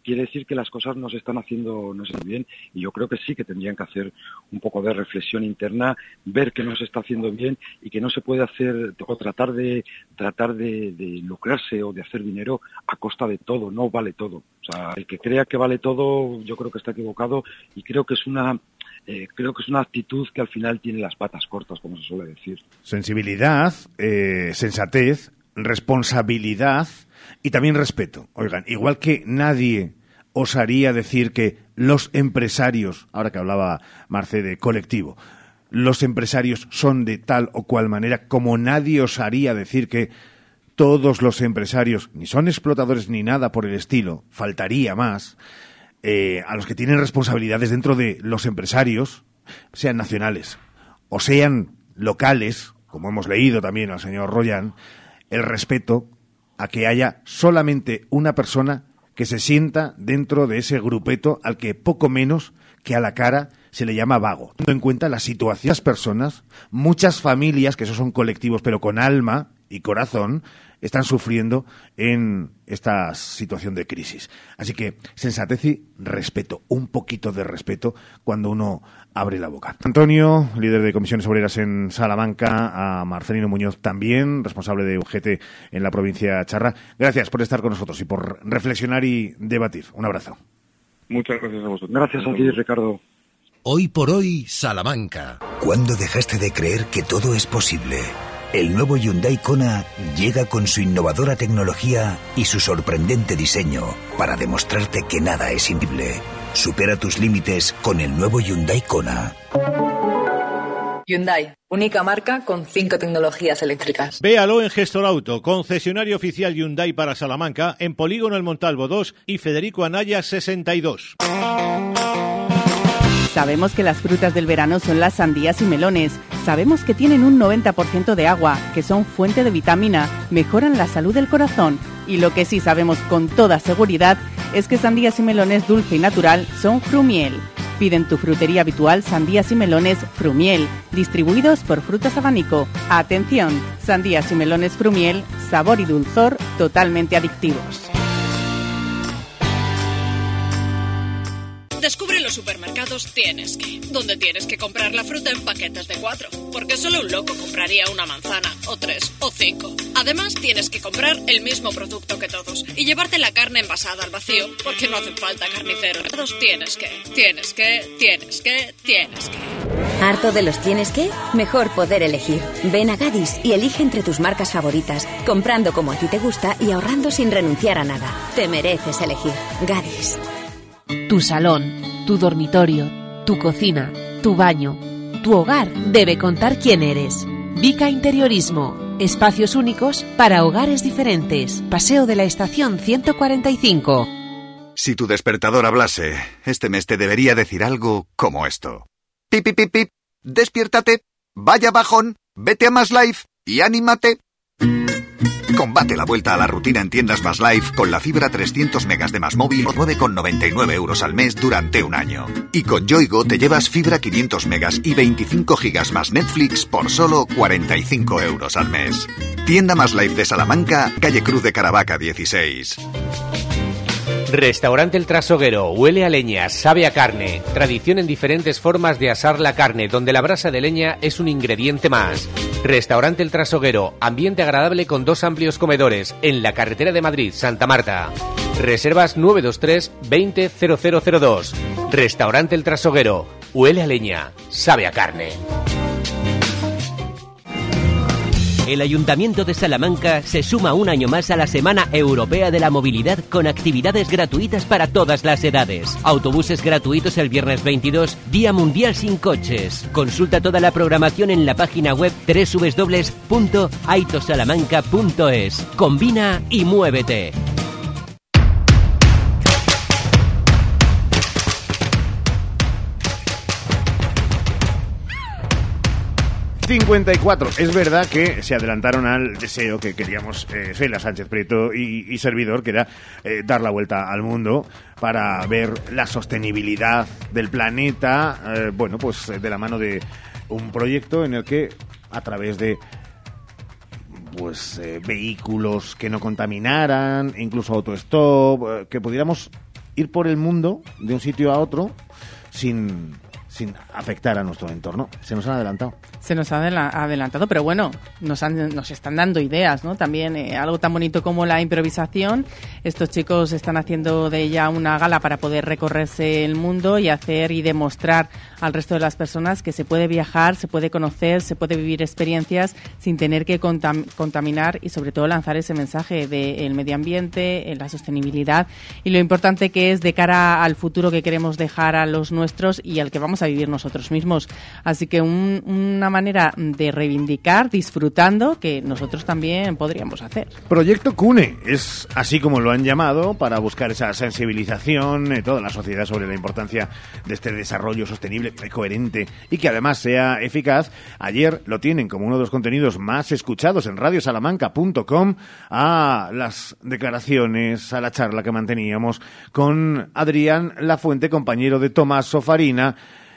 quiere decir que las cosas no se están haciendo, no se están bien, y yo creo que sí que tendrían que hacer un poco de reflexión interna, ver que no se está haciendo bien y que no se puede hacer o tratar de tratar de, de lucrarse o de hacer dinero a costa de todo, no vale todo. O sea, el que crea que vale todo, yo creo que está equivocado, y creo que es una eh, creo que es una actitud que al final tiene las patas cortas, como se suele decir. Sensibilidad, eh, sensatez, responsabilidad y también respeto. Oigan, igual que nadie osaría decir que los empresarios, ahora que hablaba Marce de colectivo, los empresarios son de tal o cual manera, como nadie osaría decir que todos los empresarios ni son explotadores ni nada por el estilo, faltaría más, eh, a los que tienen responsabilidades dentro de los empresarios, sean nacionales o sean locales, como hemos leído también al señor Royan, el respeto a que haya solamente una persona que se sienta dentro de ese grupeto al que poco menos que a la cara se le llama vago. Teniendo en cuenta la situación de las personas, muchas familias, que esos son colectivos pero con alma y corazón, están sufriendo en esta situación de crisis. Así que sensatez y respeto, un poquito de respeto cuando uno abre la boca. Antonio, líder de comisiones obreras en Salamanca, a Marcelino Muñoz también, responsable de U G T en la provincia charra. Gracias por estar con nosotros y por reflexionar y debatir. Un abrazo. Muchas gracias a vosotros. Gracias a ti, Ricardo. Hoy por hoy, Salamanca. ¿Cuándo dejaste de creer que todo es posible? El nuevo Hyundai Kona llega con su innovadora tecnología y su sorprendente diseño para demostrarte que nada es imposible. Supera tus límites con el nuevo Hyundai Kona. Hyundai, única marca con cinco tecnologías eléctricas. Véalo en Gestor Auto, concesionario oficial Hyundai para Salamanca, en Polígono El Montalvo dos y Federico Anaya sesenta y dos. Sabemos que las frutas del verano son las sandías y melones. Sabemos que tienen un noventa por ciento de agua, que son fuente de vitamina, mejoran la salud del corazón. Y lo que sí sabemos con toda seguridad es que sandías y melones dulce y natural son Frumiel. Pide en tu frutería habitual sandías y melones Frumiel, distribuidos por Frutas Abanico. Atención, sandías y melones Frumiel, sabor y dulzor totalmente adictivos. Descubre en los supermercados Tienes Que, donde tienes que comprar la fruta en paquetes de cuatro, porque solo un loco compraría una manzana, o tres, o cinco. Además, tienes que comprar el mismo producto que todos y llevarte la carne envasada al vacío, porque no hacen falta carniceros. Todos Tienes Que, tienes que, tienes que, tienes que. ¿Harto de los tienes que? Mejor poder elegir. Ven a Gadis y elige entre tus marcas favoritas, comprando como a ti te gusta y ahorrando sin renunciar a nada. Te mereces elegir. Gadis. Tu salón, tu dormitorio, tu cocina, tu baño, tu hogar debe contar quién eres. Vica Interiorismo. Espacios únicos para hogares diferentes. Paseo de la Estación ciento cuarenta y cinco. Si tu despertador hablase, este mes te debería decir algo como esto. Pip, pip, pip, pip. Despiértate, vaya bajón, vete a Más Life y anímate. Combate la vuelta a la rutina en tiendas Más Life con la fibra trescientos megas de Más Móvil por nueve con noventa y nueve euros al mes durante un año. Y con Yoigo te llevas fibra quinientos megas y veinticinco gigas más Netflix por solo cuarenta y cinco euros al mes. Tienda Más Life de Salamanca, calle Cruz de Caravaca dieciséis. Restaurante El Trasoguero, huele a leña, sabe a carne. Tradición en diferentes formas de asar la carne, donde la brasa de leña es un ingrediente más. Restaurante El Trasoguero, ambiente agradable con dos amplios comedores, en la carretera de Madrid, Santa Marta. Reservas nueve dos tres, veinte, cero cero cero dos. Restaurante El Trasoguero, huele a leña, sabe a carne. El Ayuntamiento de Salamanca se suma un año más a la Semana Europea de la Movilidad con actividades gratuitas para todas las edades. Autobuses gratuitos el viernes veintidós, Día Mundial sin Coches. Consulta toda la programación en la página web doble u doble u doble u punto aitosalamanca punto es. Combina y muévete. cincuenta y cuatro. Es verdad que se adelantaron al deseo que queríamos eh, Sheila Sánchez Prieto y, y servidor, que era eh, dar la vuelta al mundo para ver la sostenibilidad del planeta, eh, bueno, pues de la mano de un proyecto en el que a través de pues eh, vehículos que no contaminaran, incluso autostop, eh, que pudiéramos ir por el mundo de un sitio a otro sin, sin afectar a nuestro entorno. Se nos han adelantado. Se nos ha adela- adelantado, pero bueno, nos, han, nos están dando ideas, ¿no? También eh, algo tan bonito como la improvisación. Estos chicos están haciendo de ella una gala para poder recorrerse el mundo y hacer y demostrar al resto de las personas que se puede viajar, se puede conocer, se puede vivir experiencias sin tener que contam- contaminar y sobre todo lanzar ese mensaje del medio ambiente, la sostenibilidad y lo importante que es de cara al futuro que queremos dejar a los nuestros y al que vamos a vivir nosotros mismos. Así que un, una manera de reivindicar disfrutando que nosotros también podríamos hacer. Proyecto CUNE es así como lo han llamado para buscar esa sensibilización en toda la sociedad sobre la importancia de este desarrollo sostenible, coherente y que además sea eficaz. Ayer lo tienen como uno de los contenidos más escuchados en radio salamanca punto com a las declaraciones, a la charla que manteníamos con Adrián Lafuente, compañero de Tomás Sofarina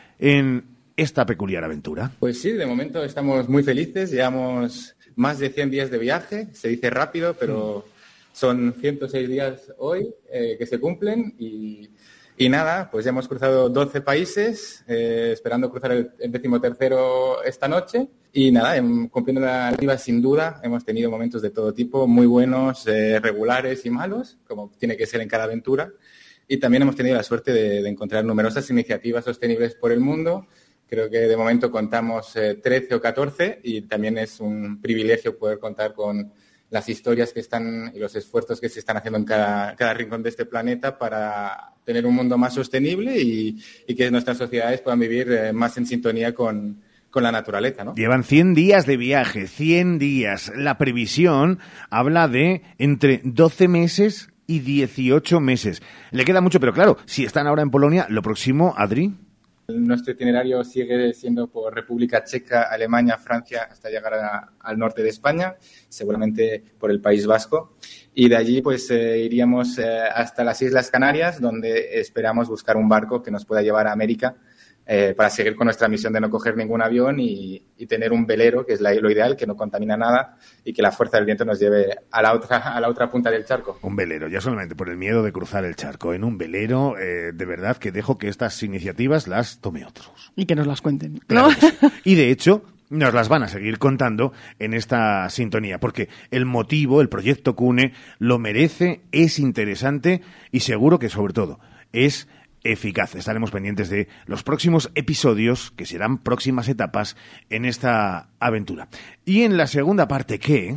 en esta peculiar aventura. Pues sí, de momento estamos muy felices, llevamos más de cien días de viaje, se dice rápido, pero son ciento seis días hoy eh, que se cumplen y, y nada, pues ya hemos cruzado doce países, eh, esperando cruzar el, el decimotercero esta noche y nada, em, cumpliendo la normativa sin duda, hemos tenido momentos de todo tipo, muy buenos, eh, regulares y malos, como tiene que ser en cada aventura, y también hemos tenido la suerte de, de encontrar numerosas iniciativas sostenibles por el mundo. Creo que de momento contamos eh, trece o catorce y también es un privilegio poder contar con las historias que están y los esfuerzos que se están haciendo en cada, cada rincón de este planeta para tener un mundo más sostenible y, y que nuestras sociedades puedan vivir eh, más en sintonía con, con la naturaleza, ¿no? Llevan cien días de viaje, cien días. La previsión habla de entre doce meses y dieciocho meses. Le queda mucho, pero claro, si están ahora en Polonia, lo próximo, Adri... Nuestro itinerario sigue siendo por República Checa, Alemania, Francia, hasta llegar a, al norte de España, seguramente por el País Vasco. Y de allí pues eh, iríamos eh, hasta las Islas Canarias, donde esperamos buscar un barco que nos pueda llevar a América eh, para seguir con nuestra misión de no coger ningún avión y, y tener un velero, que es la, lo ideal, que no contamina nada y que la fuerza del viento nos lleve a la otra, a la otra punta del charco. Un velero, ya solamente por el miedo de cruzar el charco. En un velero, eh, de verdad que dejo que estas iniciativas las tome otros. Y que nos las cuenten, ¿no? Claro que sí. Y de hecho, nos las van a seguir contando en esta sintonía, porque el motivo, el proyecto CUNE, lo merece, es interesante y seguro que sobre todo es eficaz. Estaremos pendientes de los próximos episodios, que serán próximas etapas en esta aventura. Y en la segunda parte, ¿qué?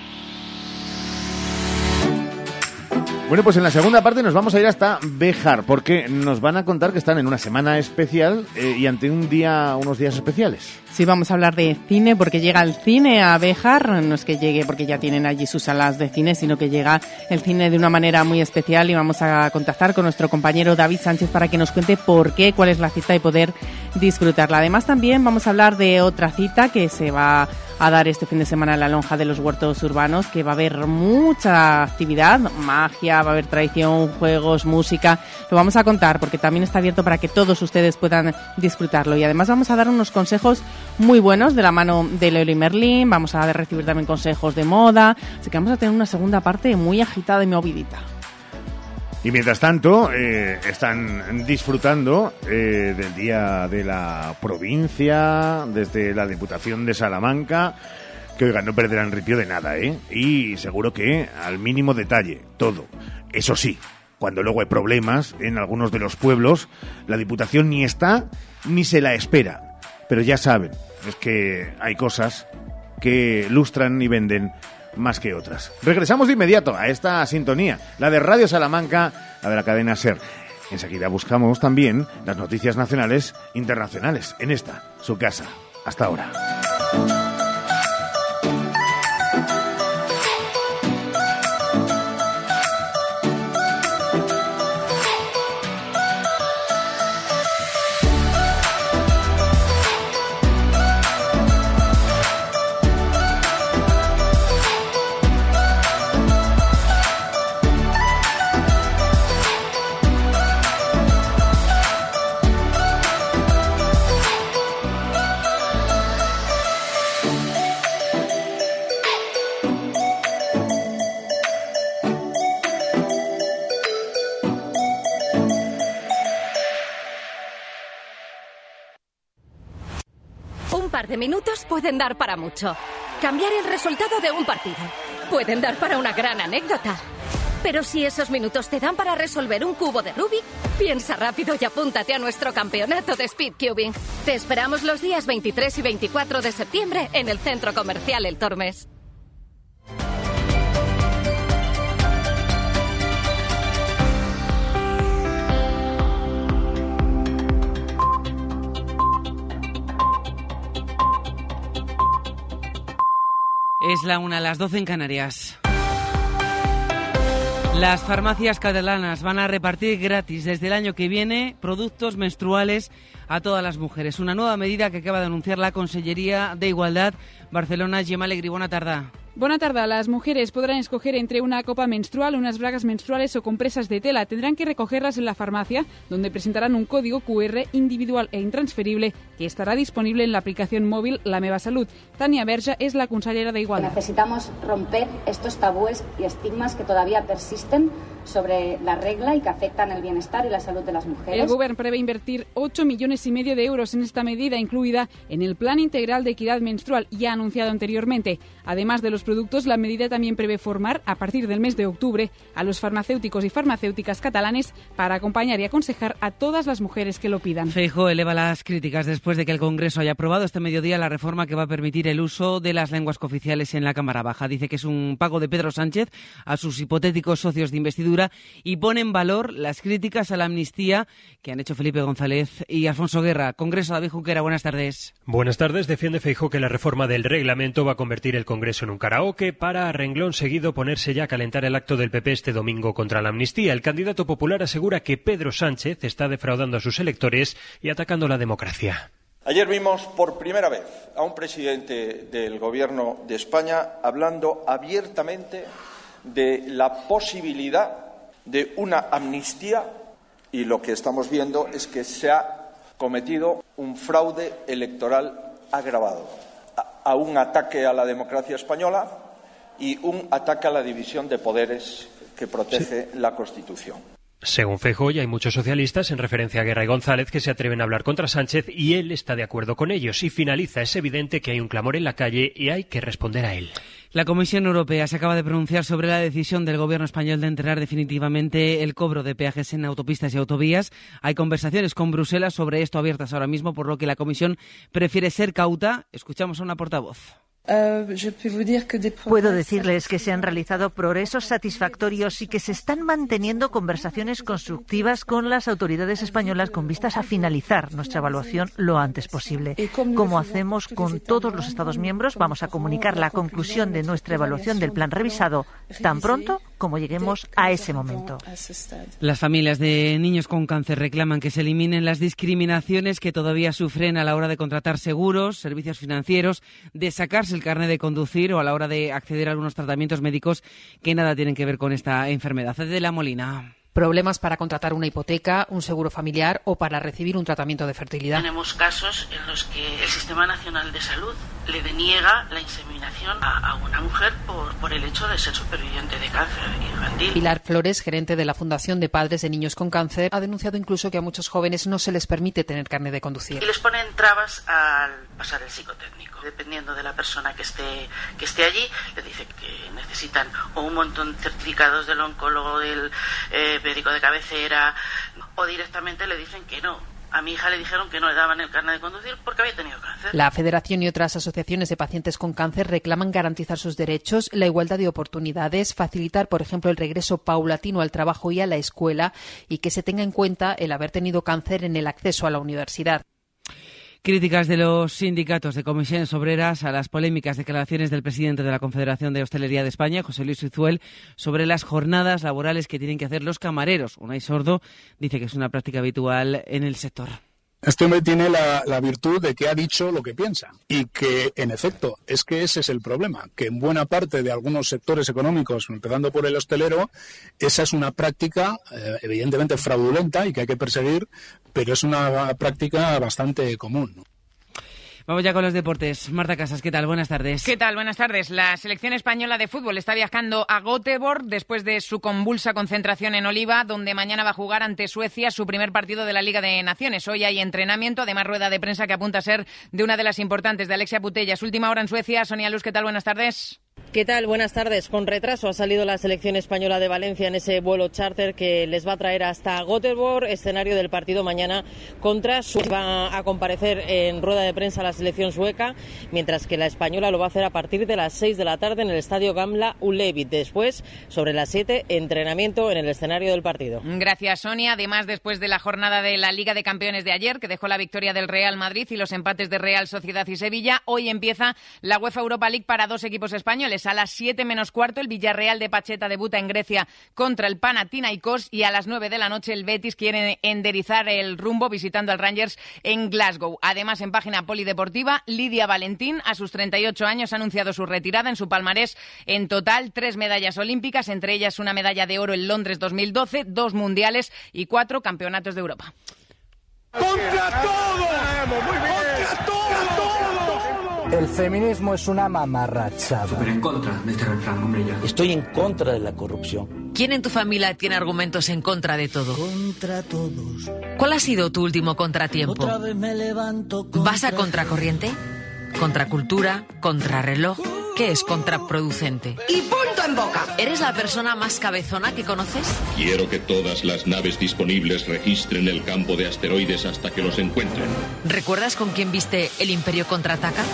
Bueno, pues en la segunda parte nos vamos a ir hasta Béjar, porque nos van a contar que están en una semana especial eh, y ante un día, unos días especiales. Sí, vamos a hablar de cine porque llega el cine a Béjar. No es que llegue porque ya tienen allí sus salas de cine, sino que llega el cine de una manera muy especial y vamos a contactar con nuestro compañero David Sánchez para que nos cuente por qué, cuál es la cita y poder disfrutarla. Además, también vamos a hablar de otra cita que se va a dar este fin de semana en la lonja de los huertos urbanos, que va a haber mucha actividad, magia, va a haber tradición, juegos, música. Lo vamos a contar porque también está abierto para que todos ustedes puedan disfrutarlo. Y además vamos a dar unos consejos muy buenos de la mano de Leroy Merlin. Vamos a recibir también consejos de moda. Así que vamos a tener una segunda parte muy agitada y movidita. Y mientras tanto, eh, están disfrutando eh, del Día de la Provincia, desde la Diputación de Salamanca, que oigan, no perderán ripio de nada, ¿eh? Y seguro que al mínimo detalle, todo. Eso sí, cuando luego hay problemas en algunos de los pueblos, la Diputación ni está ni se la espera. Pero ya saben, es que hay cosas que lustran y venden más que otras. Regresamos de inmediato a esta sintonía, la de Radio Salamanca, la de la cadena SER. Enseguida buscamos también las noticias nacionales e internacionales en esta, su casa. Hasta ahora. de minutos pueden dar para mucho. Cambiar el resultado de un partido. Pueden dar para una gran anécdota. Pero si esos minutos te dan para resolver un cubo de Rubik, piensa rápido y apúntate a nuestro campeonato de Speedcubing. Te esperamos los días veintitrés y veinticuatro de septiembre en el Centro Comercial El Tormes. Es la una, a las doce en Canarias. Las farmacias catalanas van a repartir gratis desde el año que viene productos menstruales a todas las mujeres. Una nueva medida que acaba de anunciar la Consellería de Igualdad. Barcelona, Gemma Alegrí, buena tarde. Buena tarde. Las mujeres podrán escoger entre una copa menstrual, unas bragas menstruales o compresas de tela. Tendrán que recogerlas en la farmacia, donde presentarán un código cu erre individual e intransferible que estará disponible en la aplicación móvil La Meva Salud. Tania Berja es la consellera de Igualdad. Necesitamos romper estos tabúes y estigmas que todavía persisten sobre la regla y que afectan el bienestar y la salud de las mujeres. El Gobierno prevé invertir ocho millones y medio de euros en esta medida, incluida en el Plan Integral de Equidad Menstrual, ya anunciado anteriormente. Además de los productos, la medida también prevé formar, a partir del mes de octubre, a los farmacéuticos y farmacéuticas catalanes para acompañar y aconsejar a todas las mujeres que lo pidan. Feijóo eleva las críticas después de que el Congreso haya aprobado este mediodía la reforma que va a permitir el uso de las lenguas cooficiales en la Cámara Baja. Dice que es un pago de Pedro Sánchez a sus hipotéticos socios de investidura y pone en valor las críticas a la amnistía que han hecho Felipe González y Alfonso Guerra. Congreso, David Junquera, buenas tardes. Buenas tardes. Defiende Feijóo que la reforma del reglamento va a convertir el Congreso en un karaoke para, a renglón seguido, ponerse ya a calentar el acto del P P este domingo contra la amnistía. El candidato popular asegura que Pedro Sánchez está defraudando a sus electores y atacando la democracia. Ayer vimos por primera vez a un presidente del Gobierno de España hablando abiertamente de la posibilidad de una amnistía, y lo que estamos viendo es que se ha cometido un fraude electoral agravado, a, a un ataque a la democracia española y un ataque a la división de poderes que protege sí. la Constitución. Según Feijóo, ya hay muchos socialistas, en referencia a Guerra y González, que se atreven a hablar contra Sánchez y él está de acuerdo con ellos. Y finaliza, es evidente que hay un clamor en la calle y hay que responder a él. La Comisión Europea se acaba de pronunciar sobre la decisión del Gobierno español de enterrar definitivamente el cobro de peajes en autopistas y autovías. Hay conversaciones con Bruselas sobre esto abiertas ahora mismo, por lo que la Comisión prefiere ser cauta. Escuchamos a una portavoz. Puedo decirles que se han realizado progresos satisfactorios y que se están manteniendo conversaciones constructivas con las autoridades españolas con vistas a finalizar nuestra evaluación lo antes posible. Como hacemos con todos los Estados miembros, vamos a comunicar la conclusión de nuestra evaluación del plan revisado tan pronto como lleguemos a ese momento. Las familias de niños con cáncer reclaman que se eliminen las discriminaciones que todavía sufren a la hora de contratar seguros, servicios financieros, de sacarse el carnet de conducir o a la hora de acceder a algunos tratamientos médicos que nada tienen que ver con esta enfermedad. De la Molina. Problemas para contratar una hipoteca, un seguro familiar o para recibir un tratamiento de fertilidad. Tenemos casos en los que el Sistema Nacional de Salud le deniega la inseminación a, a una mujer por, por el hecho de ser superviviente de cáncer infantil. Pilar Flores, gerente de la Fundación de Padres de Niños con Cáncer, ha denunciado incluso que a muchos jóvenes no se les permite tener carnet de conducir. Y les ponen trabas al pasar el psicotécnico. Dependiendo de la persona que esté, que esté allí, le dice que necesitan o un montón de certificados del oncólogo, del eh, médico de cabecera, o directamente le dicen que no. A mi hija le dijeron que no le daban el carnet de conducir porque había tenido cáncer. La Federación y otras asociaciones de pacientes con cáncer reclaman garantizar sus derechos, la igualdad de oportunidades, facilitar, por ejemplo, el regreso paulatino al trabajo y a la escuela y que se tenga en cuenta el haber tenido cáncer en el acceso a la universidad. Críticas de los sindicatos de comisiones obreras a las polémicas declaraciones del presidente de la Confederación de Hostelería de España, José Luis Uzuel, sobre las jornadas laborales que tienen que hacer los camareros. Unai Sordo dice que es una práctica habitual en el sector. Este hombre tiene la, la virtud de que ha dicho lo que piensa y que, en efecto, es que ese es el problema, que en buena parte de algunos sectores económicos, empezando por el hostelero, esa es una práctica eh, evidentemente fraudulenta y que hay que perseguir, pero es una práctica bastante común, ¿no? Vamos ya con los deportes. Marta Casas, ¿qué tal? Buenas tardes. ¿Qué tal? Buenas tardes. La selección española de fútbol está viajando a Göteborg después de su convulsa concentración en Oliva, donde mañana va a jugar ante Suecia su primer partido de la Liga de Naciones. Hoy hay entrenamiento, además rueda de prensa que apunta a ser de una de las importantes, de Alexia Putellas. Última hora en Suecia. Sonia Luz, ¿qué tal? Buenas tardes. ¿Qué tal? Buenas tardes. Con retraso ha salido la selección española de Valencia en ese vuelo charter que les va a traer hasta Göteborg, escenario del partido mañana contra Suecia. Va a comparecer en rueda de prensa la selección sueca, mientras que la española lo va a hacer a partir de las seis de la tarde en el estadio Gamla Ullevi. Después, sobre las siete, entrenamiento en el escenario del partido. Gracias, Sonia. Además, después de la jornada de la Liga de Campeones de ayer, que dejó la victoria del Real Madrid y los empates de Real Sociedad y Sevilla, hoy empieza la UEFA Europa League para dos equipos españoles. A las siete menos cuarto, el Villarreal de Pacheta debuta en Grecia contra el Panathinaikos y a las nueve de la noche el Betis quiere enderezar el rumbo visitando al Rangers en Glasgow. Además, en página polideportiva, Lidia Valentín, a sus treinta y ocho años, ha anunciado su retirada. En su palmarés, en total, tres medallas olímpicas, entre ellas una medalla de oro en Londres dos mil doce, dos mundiales y cuatro campeonatos de Europa. ¡Contra todo! ¡Contra todo! El feminismo es una mamarrachada. Súper en contra de este refrán, hombre, ya. Estoy en contra de la corrupción. ¿Quién en tu familia tiene argumentos en contra de todo? Contra todos. ¿Cuál ha sido tu último contratiempo? Otra vez me levanto contra... ¿Vas a contracorriente? ¿Contracultura? ¿Contrarreloj? ¿Qué es contraproducente? Y punto en boca. ¿Eres la persona más cabezona que conoces? Quiero que todas las naves disponibles registren el campo de asteroides hasta que los encuentren. ¿Recuerdas con quién viste El Imperio Contraataca?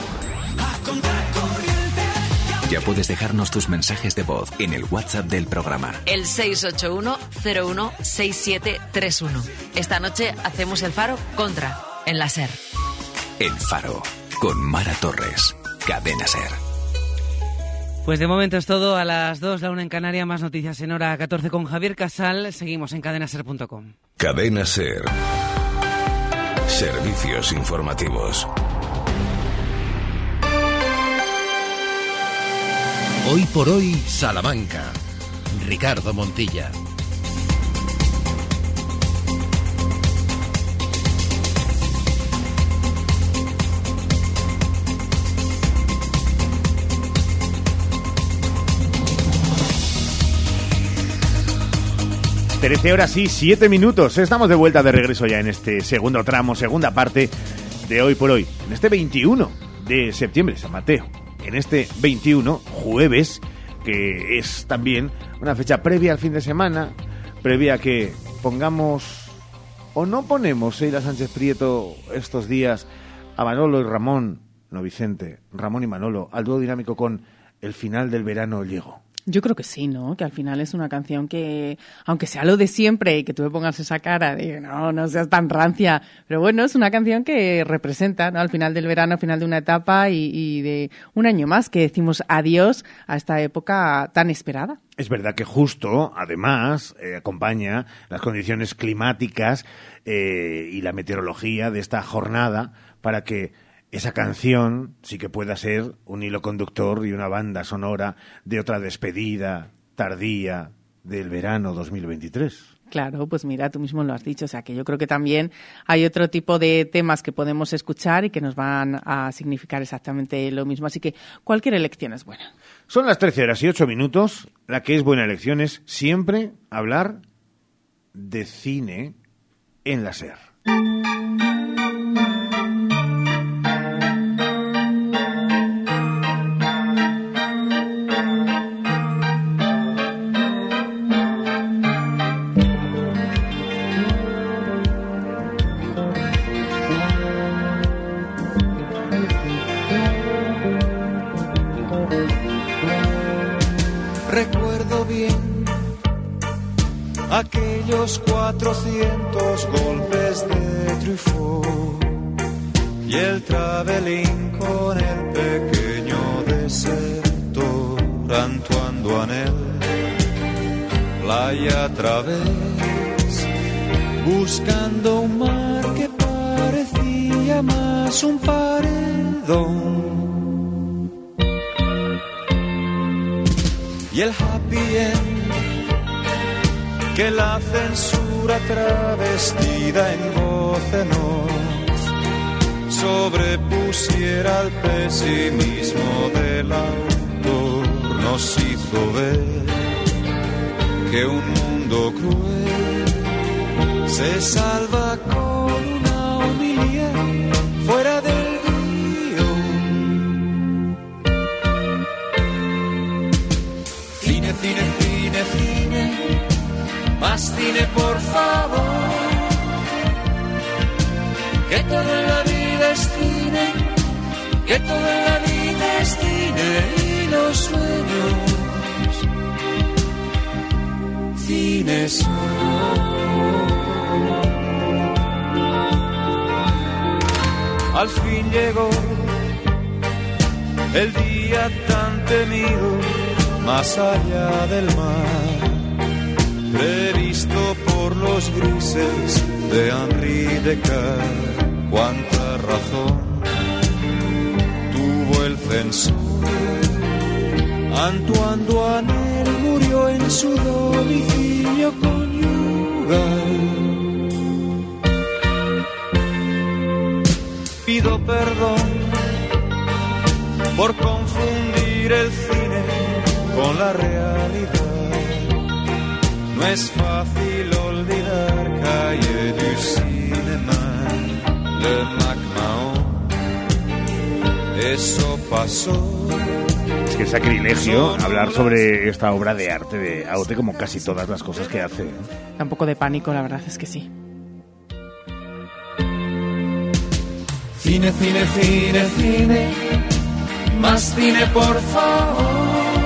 Ya puedes dejarnos tus mensajes de voz en el WhatsApp del programa. El seis ocho uno cero uno seis siete tres uno. Esta noche hacemos el Faro contra, en la SER. El Faro, con Mara Torres. Cadena SER. Pues de momento es todo. A las dos, la una en Canarias, más noticias en hora catorce con Javier Casal. Seguimos en cadena ser punto com. Cadena SER. Servicios informativos. Hoy por hoy, Salamanca. Ricardo Montilla. trece horas y siete minutos. Estamos de vuelta, de regreso ya en este segundo tramo, segunda parte de Hoy por Hoy. En este veintiuno de septiembre, San Mateo. En este veintiuno, jueves, que es también una fecha previa al fin de semana, previa a que pongamos o no ponemos Sheila Sánchez Prieto estos días a Manolo y Ramón, no Vicente, Ramón y Manolo, al dúo dinámico con El final del verano llegó. Yo creo que sí, ¿no? Que al final es una canción que, aunque sea lo de siempre y que tú me pongas esa cara de no, no seas tan rancia, pero bueno, es una canción que representa, ¿no? Al final del verano, al final de una etapa y, y de un año más que decimos adiós a esta época tan esperada. Es verdad que justo, además, eh, acompaña las condiciones climáticas eh, y la meteorología de esta jornada para que esa canción sí que pueda ser un hilo conductor y una banda sonora de otra despedida tardía del verano dos mil veintitrés. Claro, pues mira, tú mismo lo has dicho, o sea que yo creo que también hay otro tipo de temas que podemos escuchar y que nos van a significar exactamente lo mismo, así que cualquier elección es buena. Son las trece horas y ocho minutos, la que es buena elección es siempre hablar de cine en la SER. Recuerdo bien aquellos cuatrocientos golpes de Truffaut y el travelling con el pequeño desertor Antoine Duanel, playa a través, buscando un mar que parecía más un paredón. Y el happy end que la censura travestida en voz en off sobrepusiera al pesimismo del autor, nos hizo ver que un mundo cruel se salva con una homilía fuera del guión. Cine, cine, cine, cine, más cine por favor. Que toda la vida es cine, que toda la vida es cine y los sueños, cine son. Al fin llegó el día tan temido, más allá del mar, previsto por los grises de Henri Descartes. Cuánta razón tuvo el censor. Antoine Duanel murió en su domicilio conyugal. Pido perdón por confundir el cine con la realidad. No es fácil olvidar Calle du Cinéma. Le Macmahon, eso pasó. Es que es sacrilegio hablar sobre esta obra de arte de Aute como casi todas las cosas que hace. Da un poco de pánico, la verdad es que sí. Cine, cine, cine, cine, más cine por favor.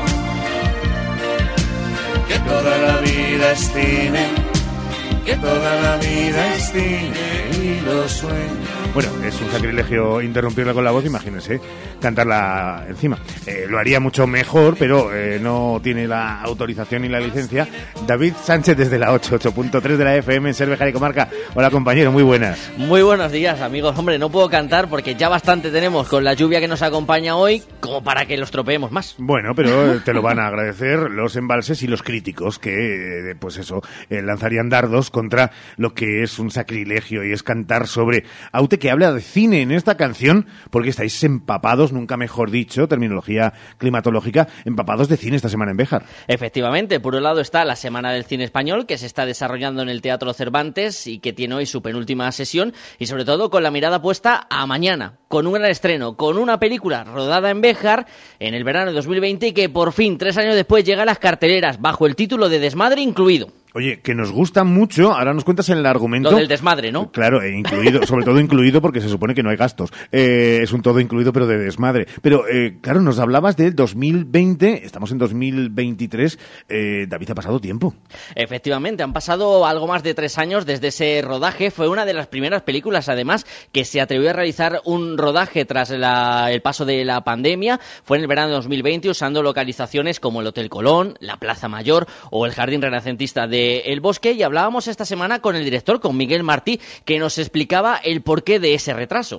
Que toda la vida es cine, que toda la vida es cine y los sueños. Bueno, es un sacrilegio interrumpirla con la voz, imagínense, cantarla encima. Eh, lo haría mucho mejor, pero eh, no tiene la autorización ni la licencia. David Sánchez desde la ocho punto tres de la F M en Cervejar y Comarca. Hola, compañero, muy buenas. Muy buenos días, amigos. Hombre, no puedo cantar porque ya bastante tenemos con la lluvia que nos acompaña hoy como para que los tropeemos más. Bueno, pero te lo van a agradecer los embalses y los críticos que, eh, pues eso, eh, lanzarían dardos contra lo que es un sacrilegio y es cantar sobre Aute, que habla de cine en esta canción, porque estáis empapados, nunca mejor dicho, terminología climatológica, empapados de cine esta semana en Béjar. Efectivamente, por un lado está la Semana del Cine Español, que se está desarrollando en el Teatro Cervantes y que tiene hoy su penúltima sesión, y sobre todo con la mirada puesta a mañana, con un gran estreno, con una película rodada en Béjar en el verano de dos mil veinte y que por fin, tres años después, llega a las carteleras, bajo el título de Desmadre incluido. Oye, que nos gusta mucho, ahora nos cuentas el argumento. Lo del desmadre, ¿no? Claro, e incluido, sobre todo incluido porque se supone que no hay gastos. Eh, es un todo incluido, pero de desmadre. Pero, eh, claro, nos hablabas del dos mil veinte, estamos en dos mil veintitrés. Eh, David, ha pasado tiempo. Efectivamente, han pasado algo más de tres años desde ese rodaje. Fue una de las primeras películas, además, que se atrevió a realizar un rodaje tras la, el paso de la pandemia. Fue en el verano de dos mil veinte, usando localizaciones como el Hotel Colón, la Plaza Mayor o el Jardín Renacentista de El Bosque, y hablábamos esta semana con el director, con Miguel Martí, que nos explicaba el porqué de ese retraso.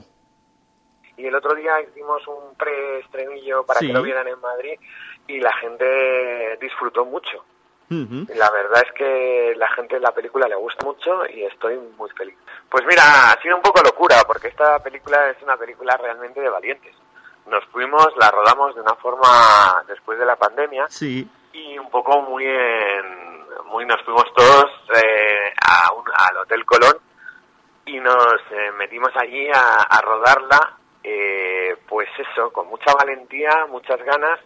Y el otro día hicimos un preestrenillo para sí. que lo vieran en Madrid y la gente disfrutó mucho. Uh-huh. La verdad es que la gente de la película le gusta mucho y estoy muy feliz. Pues mira, ha sido un poco locura porque esta película es una película realmente de valientes. Nos fuimos, la rodamos de una forma después de la pandemia sí. y un poco muy en... Muy nos fuimos todos eh, a un, al Hotel Colón y nos eh, metimos allí a, a rodarla, eh, pues eso, con mucha valentía, muchas ganas,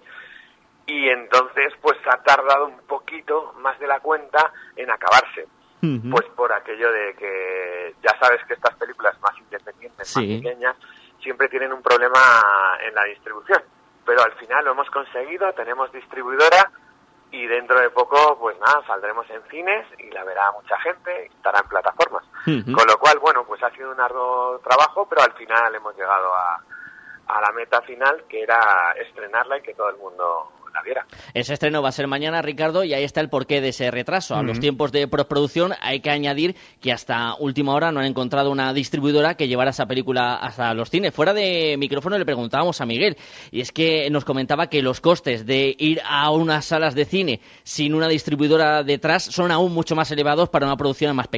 y entonces pues ha tardado un poquito más de la cuenta en acabarse. Uh-huh. Pues por aquello de que ya sabes que estas películas más independientes, sí. más pequeñas, siempre tienen un problema en la distribución, pero al final lo hemos conseguido, tenemos distribuidora, y dentro de poco, pues nada, saldremos en cines y la verá mucha gente y estará en plataformas. Uh-huh. Con lo cual, bueno, pues ha sido un arduo trabajo, pero al final hemos llegado a, a la meta final, que era estrenarla y que todo el mundo la viera. Ese estreno va a ser mañana, Ricardo, y ahí está el porqué de ese retraso. A uh-huh. los tiempos de postproducción hay que añadir que hasta última hora no han encontrado una distribuidora que llevara esa película hasta los cines. Fuera de micrófono le preguntábamos a Miguel, y es que nos comentaba que los costes de ir a unas salas de cine sin una distribuidora detrás son aún mucho más elevados para una producción más pequeña.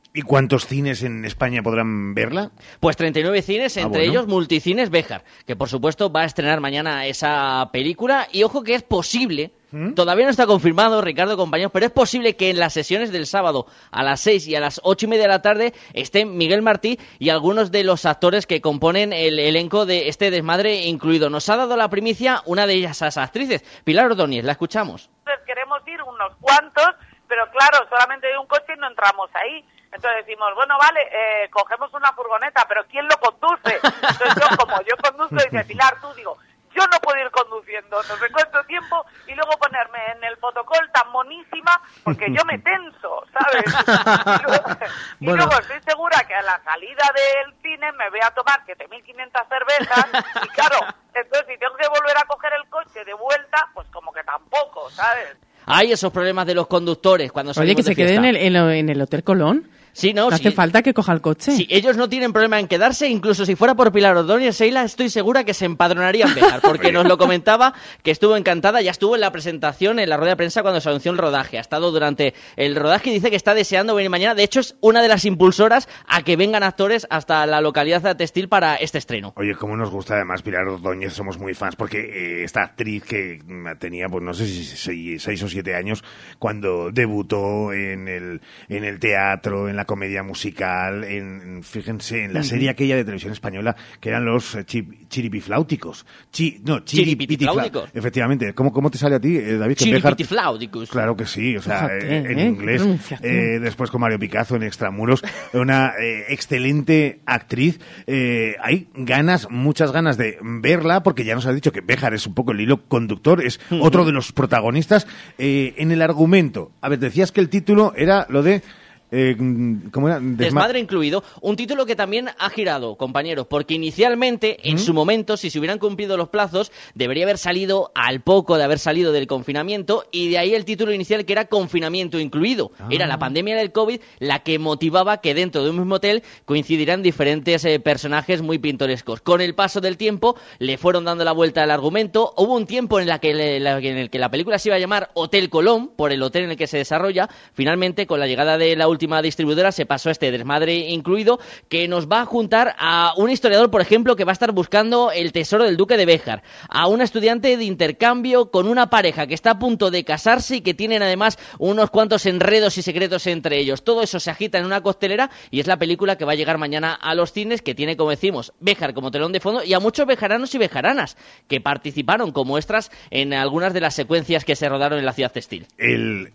¿Y cuántos cines en España podrán verla? Pues treinta y nueve cines, ah, entre bueno. ellos Multicines Béjar, que por supuesto va a estrenar mañana esa película. Y ojo que es posible, ¿Mm? todavía no está confirmado, Ricardo, compañeros, pero es posible que en las sesiones del sábado a las seis y a las ocho y media de la tarde estén Miguel Martí y algunos de los actores que componen el elenco de este desmadre incluido. Nos ha dado la primicia una de ellas, esas actrices, Pilar Ordóñez, la escuchamos. Entonces queremos ir unos cuantos, pero claro, solamente hay un coche y no entramos ahí. Entonces decimos, bueno, vale, eh, cogemos una furgoneta, pero ¿quién lo conduce? Entonces yo, como yo conduzco, dice Pilar, tú, digo, yo no puedo ir conduciendo, no sé cuánto tiempo, y luego ponerme en el protocolo tan monísima, porque yo me tenso, ¿sabes? Y luego, y bueno. luego estoy segura que a la salida del cine me voy a tomar siete mil quinientas cervezas, y claro, entonces si tengo que volver a coger el coche de vuelta, pues como que tampoco, ¿sabes? Hay esos problemas de los conductores cuando Oye, que de se quede en el, en, en el Hotel Colón. Sí, no, no sí. hace falta que coja el coche. Sí, ellos no tienen problema en quedarse, incluso si fuera por Pilar Ordóñez, Sheila, estoy segura que se empadronaría en Béjar, porque nos lo comentaba, que estuvo encantada, ya estuvo en la presentación, en la rueda de prensa cuando se anunció el rodaje, ha estado durante el rodaje y dice que está deseando venir mañana, de hecho es una de las impulsoras a que vengan actores hasta la localidad de Textil para este estreno. Oye, cómo nos gusta además Pilar Ordóñez, somos muy fans, porque eh, esta actriz que tenía, pues no sé si seis, seis o siete años, cuando debutó en el, en el teatro, en la comedia musical, En, fíjense, en la serie aquella de televisión española que eran los eh, chi, chiripifláuticos. Chi, no, chiripitifláuticos. Efectivamente. ¿Cómo, ¿Cómo te sale a ti, eh, David? Chiripitifláuticos. Claro que sí, o sea, Fíjate, eh, en ¿eh? inglés. Eh, después con Mario Picazo en Extramuros. Una eh, excelente actriz. Eh, hay ganas, muchas ganas de verla, porque ya nos ha dicho que Béjar es un poco el hilo conductor, es uh-huh. otro de los protagonistas. Eh, en el argumento, a ver, decías que el título era lo de... Eh, ¿cómo era? Desma- Desmadre incluido, un título que también ha girado, compañeros, porque inicialmente, en ¿Mm? su momento, si se hubieran cumplido los plazos, debería haber salido al poco de haber salido del confinamiento, y de ahí el título inicial que era Confinamiento incluido. Ah. Era la pandemia del COVID la que motivaba que dentro de un mismo hotel coincidieran diferentes eh, personajes muy pintorescos. Con el paso del tiempo, le fueron dando la vuelta al argumento. Hubo un tiempo en, la que le, la, en el que la película se iba a llamar Hotel Colón, por el hotel en el que se desarrolla. Finalmente, con la llegada de la última última distribuidora se pasó este Desmadre incluido, que nos va a juntar a un historiador, por ejemplo, que va a estar buscando el tesoro del duque de Béjar, a una estudiante de intercambio con una pareja que está a punto de casarse y que tienen además unos cuantos enredos y secretos entre ellos. Todo eso se agita en una costelera y es la película que va a llegar mañana a los cines, que tiene, como decimos, Béjar como telón de fondo y a muchos bejaranos y bejaranas que participaron como extras en algunas de las secuencias que se rodaron en la ciudad textil. El...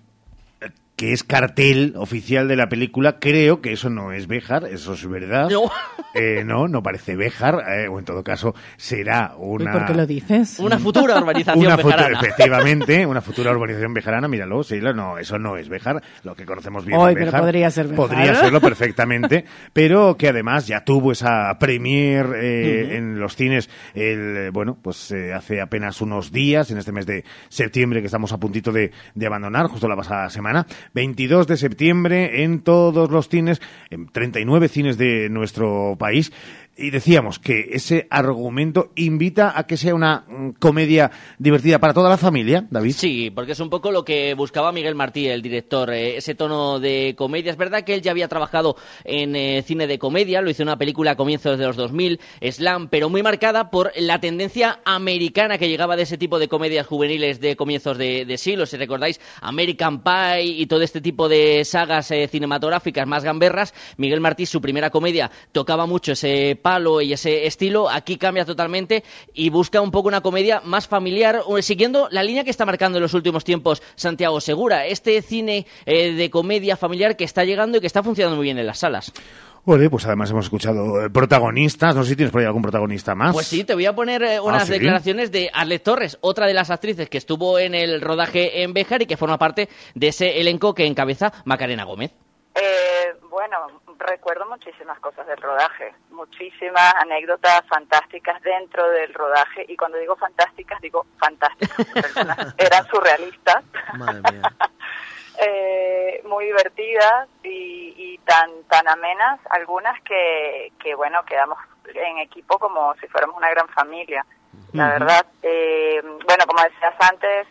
que es cartel oficial de la película, creo que eso no es Béjar, eso es verdad. No, eh, no, no parece Béjar, eh, o en todo caso será una... ¿Y por qué lo dices? Una futura urbanización una bejarana. Futu- efectivamente, una futura urbanización bejarana, míralo, sí, no, eso no es Béjar, lo que conocemos bien Hoy, de Béjar. pero podría ser Béjar. Podría serlo perfectamente, pero que además ya tuvo esa premier eh, uh-huh. en los cines, el, bueno, pues eh, hace apenas unos días, en este mes de septiembre que estamos a puntito de, de abandonar, justo la pasada semana, veintidós de septiembre en todos los cines, en treinta y nueve cines de nuestro país. Y decíamos que ese argumento invita a que sea una mm, comedia divertida para toda la familia, David. Sí, porque es un poco lo que buscaba Miguel Martí, el director, eh, ese tono de comedia. Es verdad que él ya había trabajado en eh, cine de comedia, lo hizo en una película a comienzos de los dos mil, Slam, pero muy marcada por la tendencia americana que llegaba de ese tipo de comedias juveniles de comienzos de, de siglo. Si recordáis, American Pie y todo este tipo de sagas eh, cinematográficas más gamberras, Miguel Martí, su primera comedia, tocaba mucho ese palo y ese estilo. Aquí cambia totalmente y busca un poco una comedia más familiar, siguiendo la línea que está marcando en los últimos tiempos Santiago Segura, este cine eh, de comedia familiar que está llegando y que está funcionando muy bien en las salas. Vale, pues además hemos escuchado eh, protagonistas, no sé si tienes por ahí algún protagonista más. Pues sí, te voy a poner eh, unas ¿Ah, sí? declaraciones de Arlet Torres, otra de las actrices que estuvo en el rodaje en Béjar y que forma parte de ese elenco que encabeza Macarena Gómez. Eh, bueno, recuerdo muchísimas cosas del rodaje, muchísimas anécdotas fantásticas dentro del rodaje, y cuando digo fantásticas, digo fantásticas, eran surrealistas, Madre mía. eh, muy divertidas y, y tan tan amenas, algunas que, que bueno, quedamos en equipo como si fuéramos una gran familia, la verdad. Eh, bueno, como decías antes,